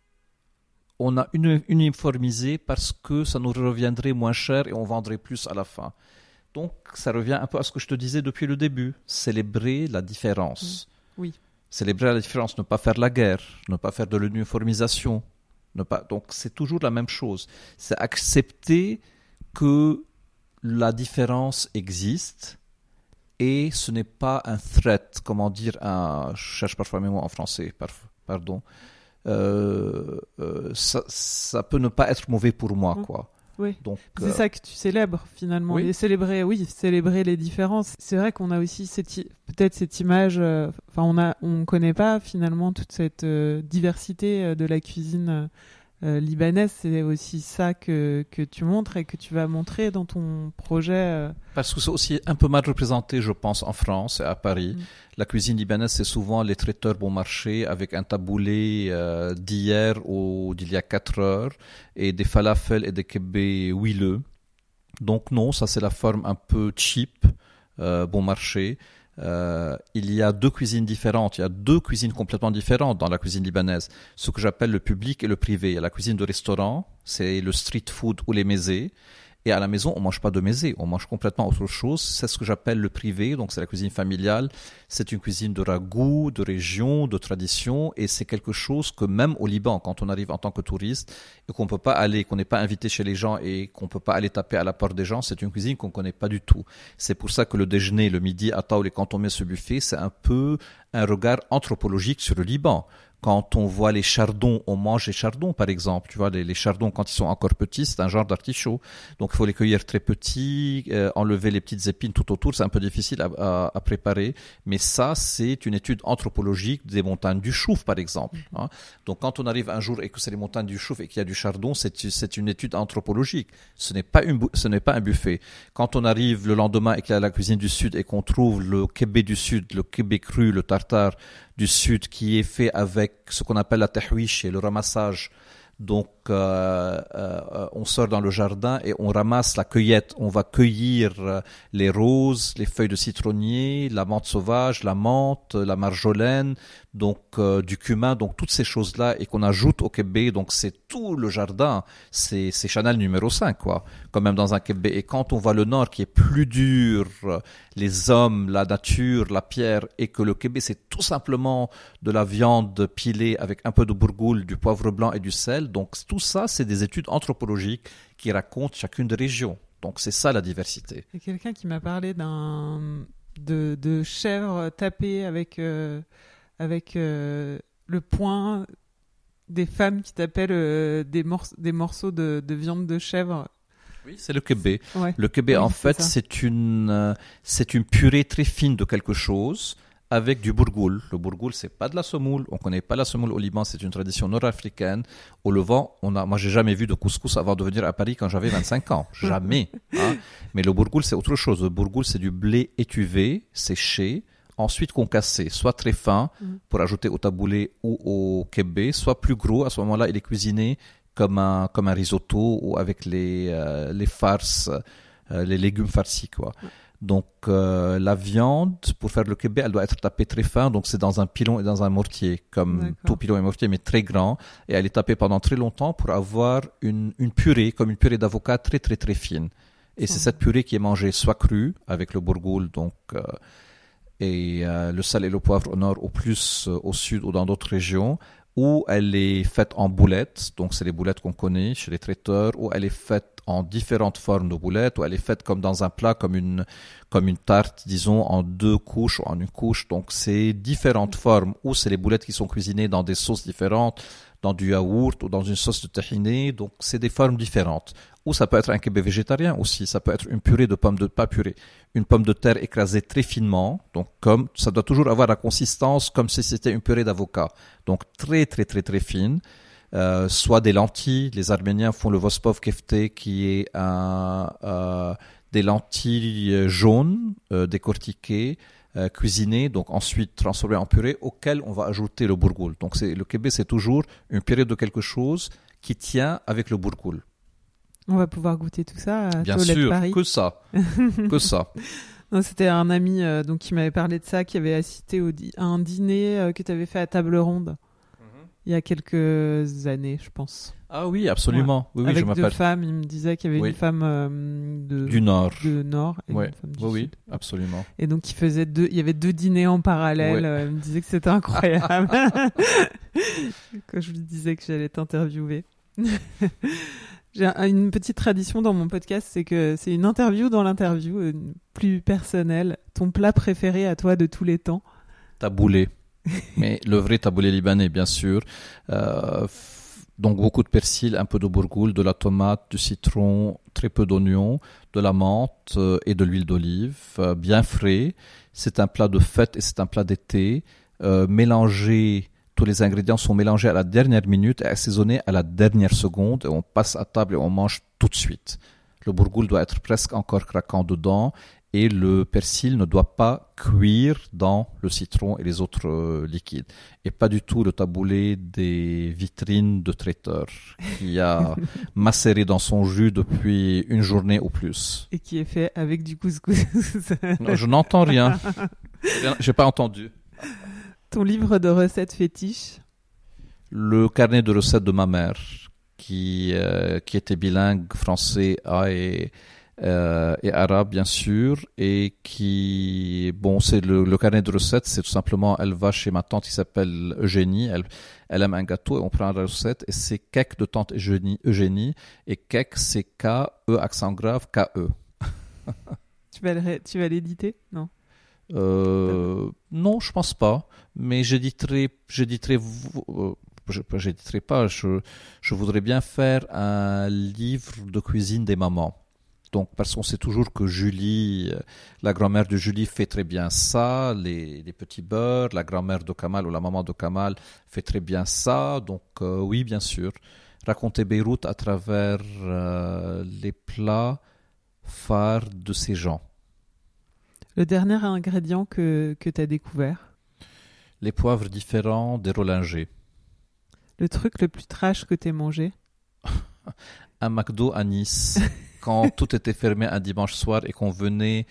D: On a uniformisé parce que ça nous reviendrait moins cher et on vendrait plus à la fin. Donc, ça revient un peu à ce que je te disais depuis le début. Célébrer la différence.
B: Oui.
D: Célébrer la différence, ne pas faire la guerre, ne pas faire de l'uniformisation. Donc, c'est toujours la même chose. C'est accepter que la différence existe et ce n'est pas un threat, comment dire, je cherche parfois mes mots en français, pardon. Ça peut ne pas être mauvais pour moi, quoi.
B: Oui.
D: Donc,
B: c'est ça que tu célèbres finalement.
D: Oui.
B: Et célébrer les différences. C'est vrai qu'on a aussi peut-être cette image. On connaît pas finalement toute cette diversité de la cuisine libanaise. C'est aussi ça que tu montres et que tu vas montrer dans ton projet.
D: Parce que c'est aussi un peu mal représenté, je pense, en France et à Paris. La cuisine libanaise, c'est souvent les traiteurs bon marché avec un taboulé d'hier ou d'il y a 4 heures et des falafels et des kebabs huileux. Donc non, ça c'est la forme un peu cheap, bon marché. Il y a 2 cuisines différentes, il y a 2 cuisines complètement différentes dans la cuisine libanaise. Ce que j'appelle le public et le privé. Il y a la cuisine de restaurant, c'est le street food ou les mésés. Et à la maison, on mange pas de mésés, on mange complètement autre chose. C'est ce que j'appelle le privé, donc c'est la cuisine familiale. C'est une cuisine de ragoût, de région, de tradition, et c'est quelque chose que même au Liban, quand on arrive en tant que touriste et qu'on peut pas aller, qu'on n'est pas invité chez les gens et qu'on peut pas aller taper à la porte des gens, c'est une cuisine qu'on connaît pas du tout. C'est pour ça que le déjeuner, le midi à Taoul, et quand on met ce buffet, c'est un peu un regard anthropologique sur le Liban. Quand on voit les chardons, on mange les chardons, par exemple. Tu vois, les chardons, quand ils sont encore petits, c'est un genre d'artichaut. Donc, il faut les cueillir très petits, enlever les petites épines tout autour. C'est un peu difficile à préparer. Mais ça, c'est une étude anthropologique des montagnes du Chouf, par exemple. Hein. Donc, quand on arrive un jour et que c'est les montagnes du Chouf et qu'il y a du chardon, c'est une étude anthropologique. Ce n'est pas un buffet. Quand on arrive le lendemain et qu'il y a la cuisine du Sud et qu'on trouve le kebab du Sud, le kebab cru, le tartare du Sud qui est fait avec ce qu'on appelle la tahwish et le ramassage. Donc, on sort dans le jardin et on ramasse la cueillette. On va cueillir les roses, les feuilles de citronnier, la menthe sauvage, la menthe, la marjolaine, donc du cumin, donc toutes ces choses-là et qu'on ajoute au kebbe. Donc c'est tout le jardin, c'est Chanel numéro 5, quoi, quand même dans un kebbe. Et quand on voit le nord qui est plus dur, les hommes, la nature, la pierre, et que le kebbe c'est tout simplement de la viande pilée avec un peu de bourgoule, du poivre blanc et du sel. Donc tout ça, c'est des études anthropologiques qui racontent chacune des régions. Donc c'est ça la diversité.
B: Il y a quelqu'un qui m'a parlé de chèvres tapées avec le poing, des femmes qui tapaient des morceaux de viande de chèvre.
D: Oui, c'est le kebbe.
B: Ouais.
D: Le kebbe,
B: Oui,
D: en fait, c'est une purée très fine de quelque chose avec du bourgoule. Le bourgoule, c'est pas de la semoule. On connaît pas la semoule au Liban. C'est une tradition nord-africaine. Au Levant, moi, j'ai jamais vu de couscous avant de venir à Paris quand j'avais 25 ans. Jamais. Hein. Mais le bourgoule, c'est autre chose. Le bourgoule, c'est du blé étuvé, séché, ensuite concassé, soit très fin pour ajouter au taboulé ou au kebbe, soit plus gros. À ce moment-là, il est cuisiné comme un risotto ou avec les farces, les légumes farcis, quoi. Donc la viande, pour faire le kebbe, elle doit être tapée très fin, donc c'est dans un pilon et dans un mortier, comme tout pilon et mortier, mais très grand, et elle est tapée pendant très longtemps pour avoir une purée, comme une purée d'avocat très très très fine. Et c'est cette purée qui est mangée soit crue, avec le bourgoule, donc et le sel et le poivre au nord, ou plus au sud ou dans d'autres régions, ou elle est faite en boulettes, donc c'est les boulettes qu'on connaît chez les traiteurs, ou elle est faite en différentes formes de boulettes, ou elle est faite comme dans un plat, comme une tarte, disons, en 2 couches ou en une couche. Donc c'est différentes formes, ou c'est les boulettes qui sont cuisinées dans des sauces différentes, dans du yaourt ou dans une sauce de tahini, donc c'est des formes différentes. Ou ça peut être un kebab végétarien aussi, ça peut être une purée une pomme de terre écrasée très finement, donc comme ça doit toujours avoir la consistance comme si c'était une purée d'avocat, donc très très très très fine. Soit des lentilles, les Arméniens font le vospov kefte qui est des lentilles jaunes décortiquées, cuisinées, donc ensuite transformées en purée, auquel on va ajouter le bourgoule. Donc le kebbe, c'est toujours une purée de quelque chose qui tient avec le bourgoule.
B: On va pouvoir goûter tout ça à
D: Bien
B: Toilette
D: sûr,
B: Paris.
D: que ça.
B: Non, c'était un ami donc qui m'avait parlé de ça, qui avait assisté à un dîner que tu avais fait à table ronde il y a quelques années, je pense.
D: Ah oui, absolument.
B: Ouais.
D: Oui,
B: avec
D: je m'appelle.
B: 2 femmes, il me disait qu'il y avait une femme
D: du Nord.
B: De Nord et une femme du Sud.
D: Oui, absolument.
B: Et donc il y avait 2 dîners en parallèle. Il me disait que c'était incroyable. Quand je lui disais que j'allais t'interviewer. J'ai une petite tradition dans mon podcast, c'est que c'est une interview dans l'interview, plus personnelle. Ton plat préféré à toi de tous les temps?
D: Taboulé. Mais le vrai taboulé libanais, bien sûr. Donc beaucoup de persil, un peu de bourgoule, de la tomate, du citron, très peu d'oignons, de la menthe et de l'huile d'olive, bien frais. C'est un plat de fête et c'est un plat d'été. Mélangé, tous les ingrédients sont mélangés à la dernière minute et assaisonnés à la dernière seconde. Et on passe à table et on mange tout de suite. Le bourgoule doit être presque encore craquant dedans. Et le persil ne doit pas cuire dans le citron et les autres liquides. Et pas du tout le taboulé des vitrines de traiteur qui a macéré dans son jus depuis une journée ou plus.
B: Et qui est fait avec du couscous.
D: Non, je n'entends rien. J'ai pas entendu.
B: Ton livre de recettes fétiche?
D: Le carnet de recettes de ma mère qui était bilingue français et arabe bien sûr, et qui c'est le carnet de recettes, c'est tout simplement, elle va chez ma tante qui s'appelle Eugénie, elle aime un gâteau et on prend la recette et c'est cake de tante Eugénie et cake c'est K-E accent grave K-E.
B: Tu vas l'éditer? Non.
D: Non, je pense pas, mais j'éditerai pas, je voudrais bien faire un livre de cuisine des mamans. Donc, parce qu'on sait toujours que Julie, la grand-mère de Julie fait très bien ça, les petits beurres, la grand-mère de Kamal ou la maman de Kamal fait très bien ça. Donc, oui, bien sûr. Raconter Beyrouth à travers les plats phares de ces gens.
B: Le dernier ingrédient que tu as découvert?
D: Les poivres différents des rolingers.
B: Le truc le plus trash que tu aies mangé?
D: Un McDo à Nice, quand tout était fermé un dimanche soir et qu'on venait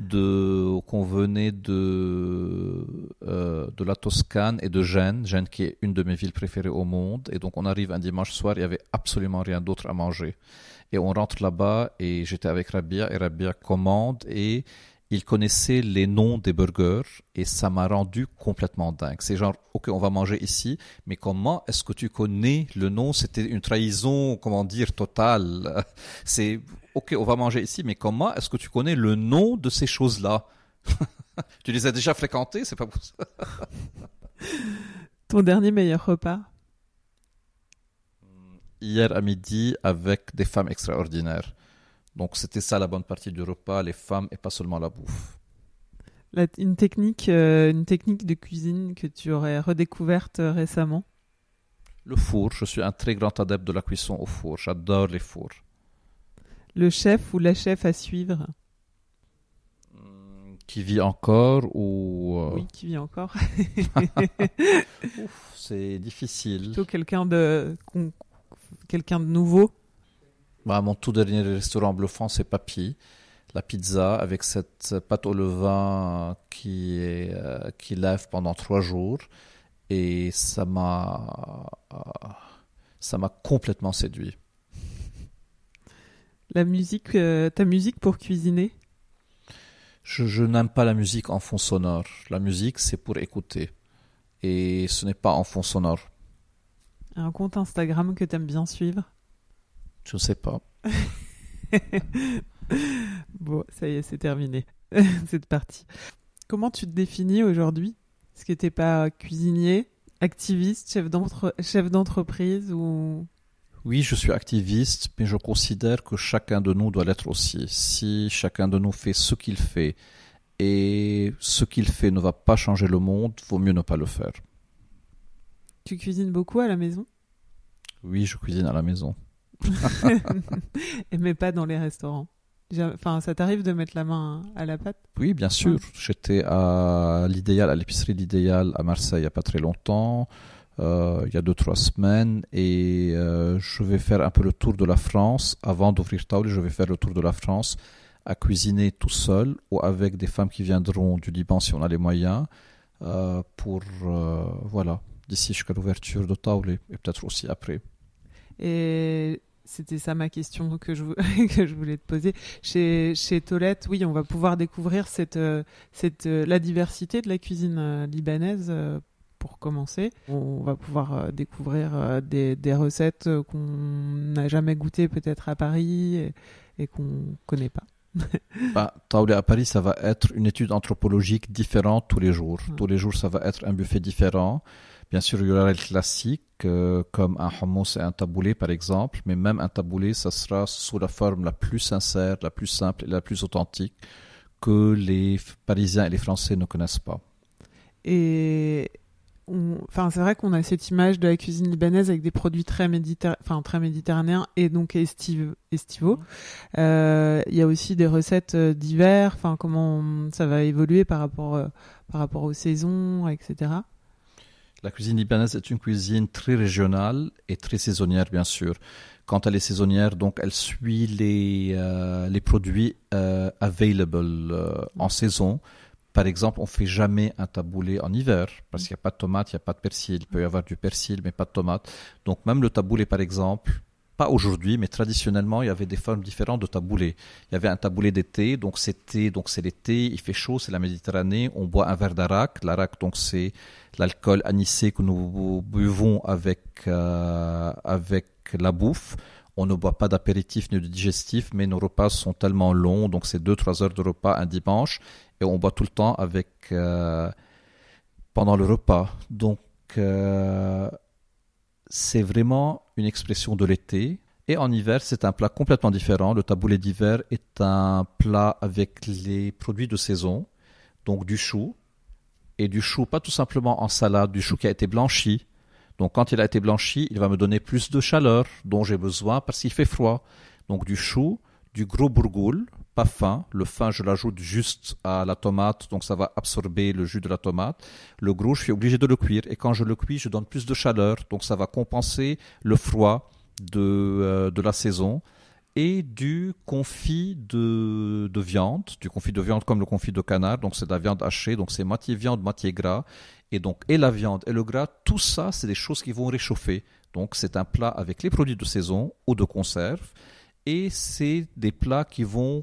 D: de la Toscane et de Gênes qui est une de mes villes préférées au monde. Et donc on arrive un dimanche soir, il n'y avait absolument rien d'autre à manger. Et on rentre là-bas et j'étais avec Rabia et Rabia commande et il connaissait les noms des burgers et ça m'a rendu complètement dingue. C'est genre, ok, on va manger ici, mais comment est-ce que tu connais le nom? C'était une trahison, comment dire, totale. C'est, ok, on va manger ici, mais comment est-ce que tu connais le nom de ces choses-là? Tu les as déjà fréquentées? C'est pas possible.
B: Ton dernier meilleur repas?
D: Hier à midi avec des femmes extraordinaires. Donc c'était ça la bonne partie du repas, les femmes et pas seulement la bouffe.
B: Une technique de cuisine que tu aurais redécouverte récemment?
D: Le four, je suis un très grand adepte de la cuisson au four, j'adore les fours.
B: Le chef ou la chef à suivre?
D: Qui vit encore ou...
B: Oui, qui vit encore.
D: Ouf, c'est difficile.
B: Plutôt quelqu'un de nouveau?
D: Mon tout dernier restaurant bluffant, c'est Papy. La pizza avec cette pâte au levain qui lève pendant 3 jours. Et ça m'a complètement séduit.
B: La musique, ta musique pour cuisiner?
D: Je n'aime pas la musique en fond sonore. La musique, c'est pour écouter. Et ce n'est pas en fond sonore.
B: Un compte Instagram que tu aimes bien suivre?
D: Je ne sais pas.
B: Bon, ça y est, c'est terminé. C'est parti. Comment tu te définis aujourd'hui? Est-ce que tu n'es pas cuisinier, activiste, chef d'entreprise ou...
D: Oui, je suis activiste, mais je considère que chacun de nous doit l'être aussi. Si chacun de nous fait ce qu'il fait et ce qu'il fait ne va pas changer le monde, vaut mieux ne pas le faire.
B: Tu cuisines beaucoup à la maison?
D: Oui, je cuisine à la maison.
B: Mais pas dans les restaurants. Enfin, ça t'arrive de mettre la main à la pâte?
D: Oui, bien sûr. Ouais. J'étais à l'épicerie L'Idéal à Marseille il n'y a pas très longtemps, il y a 2-3 semaines, et je vais faire un peu le tour de la France. Avant d'ouvrir Taouli, je vais faire le tour de la France à cuisiner tout seul ou avec des femmes qui viendront du Liban si on a les moyens, voilà, d'ici jusqu'à l'ouverture de Taouli et peut-être aussi après.
B: Et c'était ça ma question que je voulais te poser. Chez Tolette, oui, on va pouvoir découvrir la diversité de la cuisine libanaise pour commencer. On va pouvoir découvrir des recettes qu'on n'a jamais goûtées peut-être à Paris et qu'on ne connaît pas.
D: Taouli à Paris, ça va être une étude anthropologique différente tous les jours. Tous les jours, ça va être un buffet différent. Bien sûr, il y aura le classique, comme un hummus et un taboulé, par exemple. Mais même un taboulé, ça sera sous la forme la plus sincère, la plus simple et la plus authentique que les Parisiens et les Français ne connaissent pas.
B: Et c'est vrai qu'on a cette image de la cuisine libanaise avec des produits très méditerranéens et donc estivaux. Il y a aussi des recettes d'hiver. Enfin, comment ça va évoluer par rapport aux saisons, etc.
D: La cuisine libanaise est une cuisine très régionale et très saisonnière, bien sûr. Quand elle est saisonnière, donc elle suit les produits available en saison. Par exemple, on ne fait jamais un taboulé en hiver parce qu'il n'y a pas de tomates, il n'y a pas de persil. Il peut y avoir du persil, mais pas de tomates. Donc même le taboulé, par exemple, pas aujourd'hui, mais traditionnellement, il y avait des formes différentes de taboulé. Il y avait un taboulé d'été, donc c'est l'été, il fait chaud, c'est la Méditerranée. On boit un verre d'arak. L'arak, donc c'est l'alcool anisé que nous buvons avec la bouffe. On ne boit pas d'apéritif ni de digestif, mais nos repas sont tellement longs, donc c'est 2-3 heures de repas un dimanche, et on boit tout le temps pendant le repas. Donc c'est vraiment une expression de l'été. Et en hiver, c'est un plat complètement différent. Le taboulé d'hiver est un plat avec les produits de saison, donc du chou. Et du chou, pas tout simplement en salade, du chou qui a été blanchi. Donc quand il a été blanchi, il va me donner plus de chaleur dont j'ai besoin parce qu'il fait froid. Donc du chou, du gros bourgoule, pas fin. Le fin, je l'ajoute juste à la tomate, donc ça va absorber le jus de la tomate. Le gros, je suis obligé de le cuire. Et quand je le cuis, je donne plus de chaleur, donc ça va compenser le froid de la saison et du confit de viande, comme le confit de canard, donc c'est de la viande hachée, donc c'est moitié viande, moitié gras, et la viande et le gras, tout ça c'est des choses qui vont réchauffer. Donc c'est un plat avec les produits de saison ou de conserve, et c'est des plats qui vont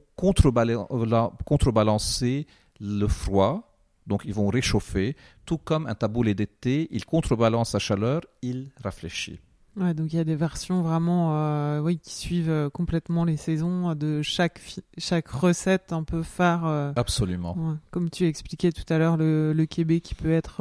D: contrebalancer le froid, donc ils vont réchauffer, tout comme un taboulé d'été, il contrebalance la chaleur, il rafraîchit.
B: Ouais, donc il y a des versions vraiment qui suivent complètement les saisons de chaque recette un peu phare.
D: Absolument.
B: Ouais. Comme tu expliquais tout à l'heure, le Québec qui peut être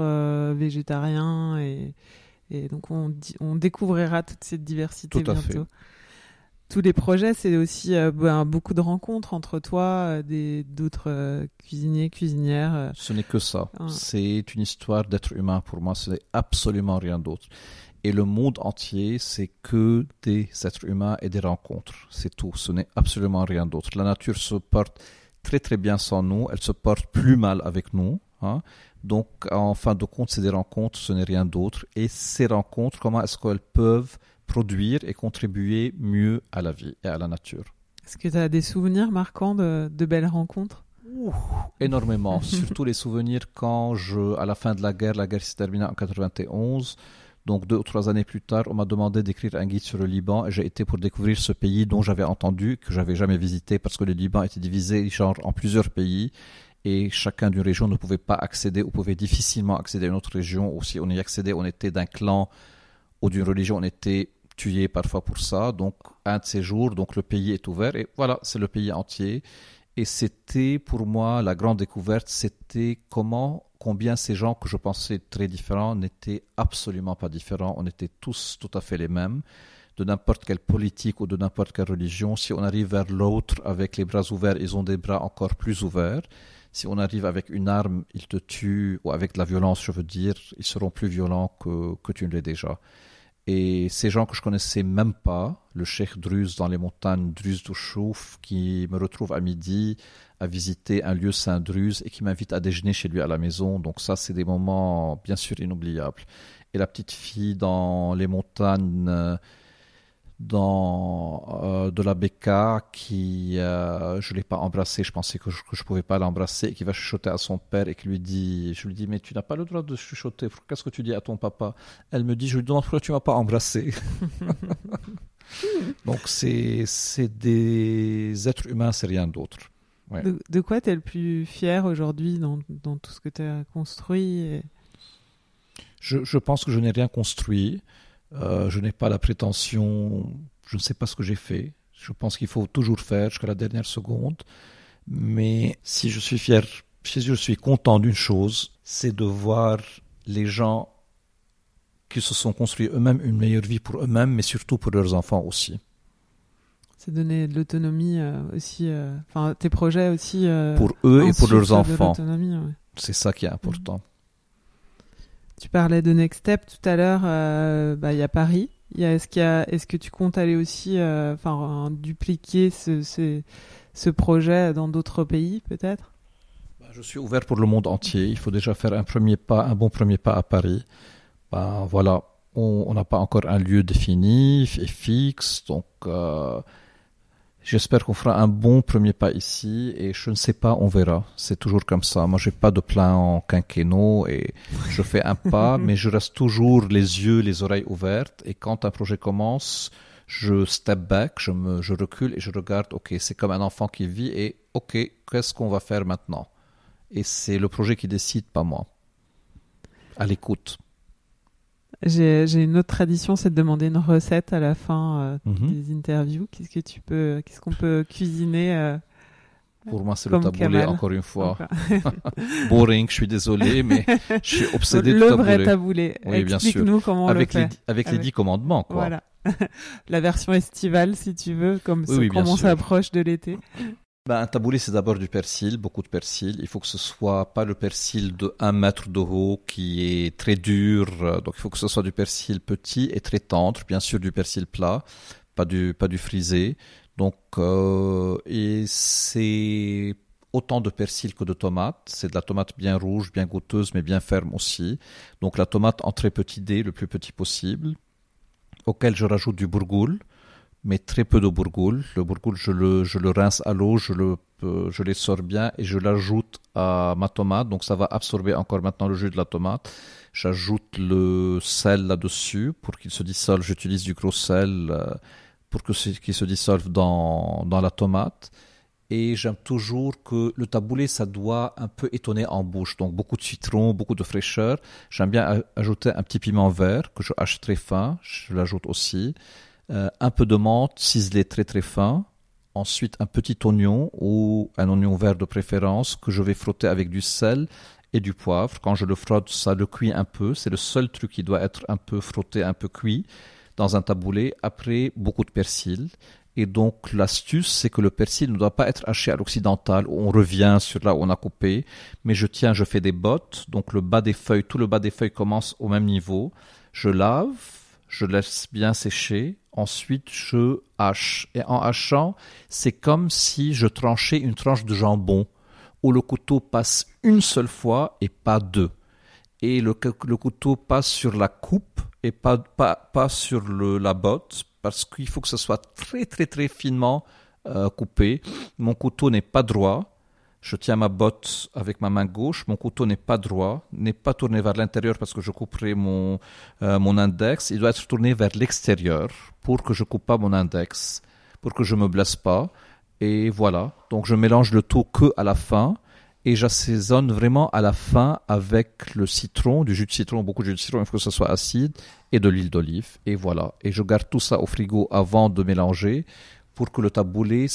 B: végétarien et donc on découvrira toute cette diversité
D: tout à
B: bientôt.
D: Fait.
B: Tous les projets, c'est aussi beaucoup de rencontres entre toi, d'autres cuisiniers, cuisinières.
D: Ce n'est que ça. C'est une histoire d'être humain pour moi, ce n'est absolument rien d'autre. Et le monde entier, c'est que des êtres humains et des rencontres. C'est tout. Ce n'est absolument rien d'autre. La nature se porte très très bien sans nous. Elle se porte plus mal avec nous. Donc, en fin de compte, c'est des rencontres, ce n'est rien d'autre. Et ces rencontres, comment est-ce qu'elles peuvent produire et contribuer mieux à la vie et à la nature?
B: Est-ce que tu as des souvenirs marquants de belles rencontres?
D: Énormément. Surtout les souvenirs quand à la fin de la guerre s'est terminée en 91. Donc 2 ou 3 années plus tard, on m'a demandé d'écrire un guide sur le Liban et j'ai été pour découvrir ce pays dont j'avais entendu, que j'avais jamais visité parce que le Liban était divisé en plusieurs pays et chacun d'une région ne pouvait pas accéder ou pouvait difficilement accéder à une autre région. Ou si on y accédait, on était d'un clan ou d'une religion, on était tué parfois pour ça. Donc un de ces jours, donc le pays est ouvert et voilà, c'est le pays entier. Et c'était pour moi la grande découverte, c'était combien ces gens que je pensais très différents n'étaient absolument pas différents. On était tous tout à fait les mêmes, de n'importe quelle politique ou de n'importe quelle religion. Si on arrive vers l'autre avec les bras ouverts, ils ont des bras encore plus ouverts. Si on arrive avec une arme, ils te tuent, ou avec de la violence, je veux dire, ils seront plus violents que tu ne l'es déjà. Et ces gens que je connaissais même pas, le cheikh Druze dans les montagnes Druze du Chouf, qui me retrouve à midi à visiter un lieu saint Druze et qui m'invite à déjeuner chez lui à la maison. Donc ça, c'est des moments bien sûr inoubliables. Et la petite fille dans les montagnes de la Beka qui, je l'ai pas embrassée, je pensais que je pouvais pas l'embrasser, et qui va chuchoter à son père et je lui dis, mais tu n'as pas le droit de chuchoter, qu'est-ce que tu dis à ton papa? Elle me dit, je lui demande pourquoi tu m'as pas embrassé. Donc c'est des êtres humains, c'est rien d'autre. Ouais.
B: De quoi tu es le plus fier aujourd'hui dans tout ce que tu as construit
D: Je pense que je n'ai rien construit. Je n'ai pas la prétention, je ne sais pas ce que j'ai fait. Je pense qu'il faut toujours faire jusqu'à la dernière seconde. Mais si je suis fier, si je suis content d'une chose, c'est de voir les gens qui se sont construits eux-mêmes une meilleure vie pour eux-mêmes, mais surtout pour leurs enfants aussi.
B: C'est donner de l'autonomie aussi, tes projets aussi.
D: Pour eux et pour leurs enfants.
B: Ouais.
D: C'est ça qui est important.
B: Tu parlais de Next Step tout à l'heure, y a Paris. Est-ce que tu comptes aller aussi dupliquer ce projet dans d'autres pays peut-être?
D: Je suis ouvert pour le monde entier. Il faut déjà faire un bon premier pas à Paris. Voilà, on n'a pas encore un lieu défini et fixe, donc j'espère qu'on fera un bon premier pas ici et je ne sais pas, on verra. C'est toujours comme ça. Moi, j'ai pas de plan quinquennaux et je fais un pas, mais je reste toujours les yeux, les oreilles ouvertes. Et quand un projet commence, je step back, je recule et je regarde. Ok, c'est comme un enfant qui vit et ok, qu'est-ce qu'on va faire maintenant? Et c'est le projet qui décide, pas moi. À l'écoute.
B: J'ai une autre tradition, c'est de demander une recette à la fin des interviews. Qu'est-ce qu'on peut cuisiner
D: Pour moi, c'est le taboulé, encore une fois. Boring, je suis désolé, mais je suis obsédé de taboulé.
B: Le vrai taboulé.
D: Oui, bien sûr.
B: Explique-nous comment on le fait.
D: Avec les 10 commandements, quoi.
B: Voilà. La version estivale, si tu veux, comment on s'approche de l'été.
D: Un taboulé, c'est d'abord du persil, beaucoup de persil. Il faut que ce soit pas le persil de 1 mètre de haut qui est très dur. Donc, il faut que ce soit du persil petit et très tendre. Bien sûr, du persil plat, pas du frisé. Donc, et c'est autant de persil que de tomates. C'est de la tomate bien rouge, bien goûteuse, mais bien ferme aussi. Donc, la tomate en très petit dé, le plus petit possible. auquel je rajoute du bourgoule, mais très peu de bourgoule. Le bourgoule, je le rince à l'eau, je l'essore bien et je l'ajoute à ma tomate. Donc ça va absorber encore maintenant le jus de la tomate. J'ajoute le sel là-dessus pour qu'il se dissolve. J'utilise du gros sel pour qu'il se dissolve dans la tomate. Et j'aime toujours que le taboulé, ça doit un peu étonner en bouche. Donc beaucoup de citron, beaucoup de fraîcheur. J'aime bien ajouter un petit piment vert que je hache très fin. Je l'ajoute aussi. Un peu de menthe ciselée très très fin. Ensuite un petit oignon ou un oignon vert de préférence que je vais frotter avec du sel et du poivre. Quand je le frotte, ça le cuit un peu. C'est le seul truc qui doit être un peu frotté, un peu cuit dans un taboulé. Après, beaucoup de persil. Et donc, l'astuce, c'est que le persil ne doit pas être haché à l'occidental, où on revient sur là où on a coupé. Mais je fais des bottes. Donc, tout le bas des feuilles commence au même niveau. Je lave, je laisse bien sécher. Ensuite, je hache. Et en hachant, c'est comme si je tranchais une tranche de jambon, où le couteau passe une seule fois et pas deux. Et le couteau passe sur la coupe et pas sur la botte, parce qu'il faut que ce soit très très très finement coupé. Mon couteau n'est pas droit. Je tiens ma botte avec ma main gauche. Mon couteau n'est pas droit, n'est pas tourné vers l'intérieur parce que je couperai mon index. Il doit être tourné vers l'extérieur pour que je coupe pas mon index, pour que je me blesse pas. Et voilà. Donc je mélange le tout que à la fin. Et j'assaisonne vraiment à la fin avec le citron, du jus de citron, beaucoup de jus de citron, il faut que ce soit acide, et de l'huile d'olive. Et voilà. Et je garde tout ça au frigo avant de mélanger pour que le taboulé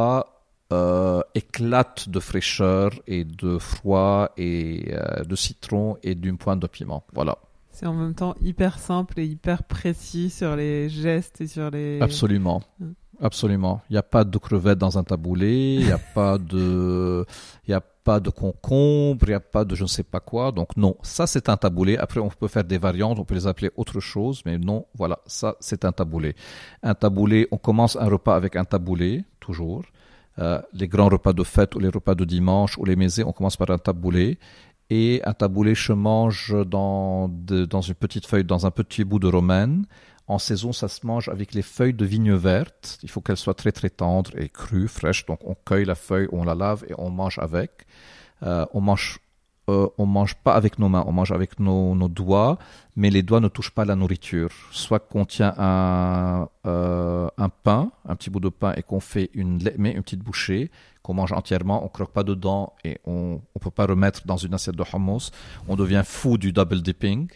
D: éclate de fraîcheur et de froid et de citron et d'une pointe de piment. Voilà.
B: C'est en même temps hyper simple et hyper précis sur les gestes et sur les...
D: Absolument. Absolument. Il n'y a pas de crevettes dans un taboulé, il n'y a pas de concombre, il n'y a pas de je ne sais pas quoi. Donc non, ça c'est un taboulé. Après on peut faire des variantes, on peut les appeler autre chose, mais non, voilà, ça c'est un taboulé. Un taboulé, on commence un repas avec un taboulé, toujours. Les grands repas de fête ou les repas de dimanche ou les mésés, on commence par un taboulé. Et un taboulé se mange dans une petite feuille, dans un petit bout de romaine. En saison, ça se mange avec les feuilles de vigne verte. Il faut qu'elles soient très très tendres et crues, fraîches. Donc on cueille la feuille, on la lave et on mange avec. On mange pas avec nos mains, on mange avec nos doigts, mais les doigts ne touchent pas la nourriture. Soit qu'on tient un pain, un petit bout de pain, et qu'on fait une petite bouchée, qu'on mange entièrement, on croque pas dedans et on peut pas remettre dans une assiette de hummus. On devient fou du double dipping.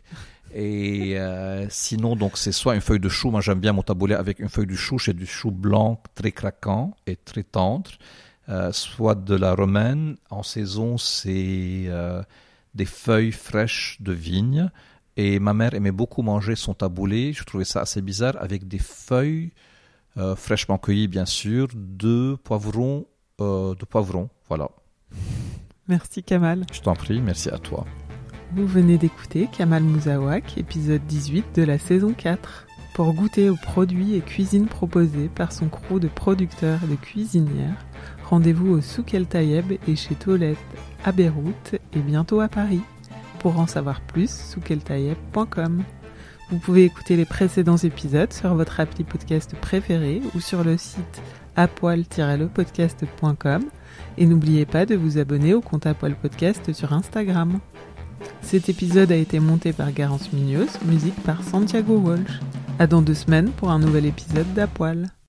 D: Et sinon, donc c'est soit une feuille de chou. Moi, j'aime bien mon taboulé avec une feuille de chou. C'est du chou blanc très craquant et très tendre. Soit de la romaine. En saison, c'est des feuilles fraîches de vigne. Et ma mère aimait beaucoup manger son taboulé. Je trouvais ça assez bizarre avec des feuilles fraîchement cueillies, bien sûr, de poivrons. Voilà.
B: Merci Kamal.
D: Je t'en prie, merci à toi.
B: Vous venez d'écouter Kamal Mouzawak, épisode 18 de la saison 4. Pour goûter aux produits et cuisines proposées par son crew de producteurs et de cuisinières, rendez-vous au Souk El Tayeb et chez Toilette à Beyrouth et bientôt à Paris. Pour en savoir plus, soukeltayeb.com. Vous pouvez écouter les précédents épisodes sur votre appli podcast préféré ou sur le site apoil-lepodcast.com et n'oubliez pas de vous abonner au compte Apoil Podcast sur Instagram. Cet épisode a été monté par Garance Mignos, musique par Santiago Walsh. À dans 2 semaines pour un nouvel épisode d'Apoil.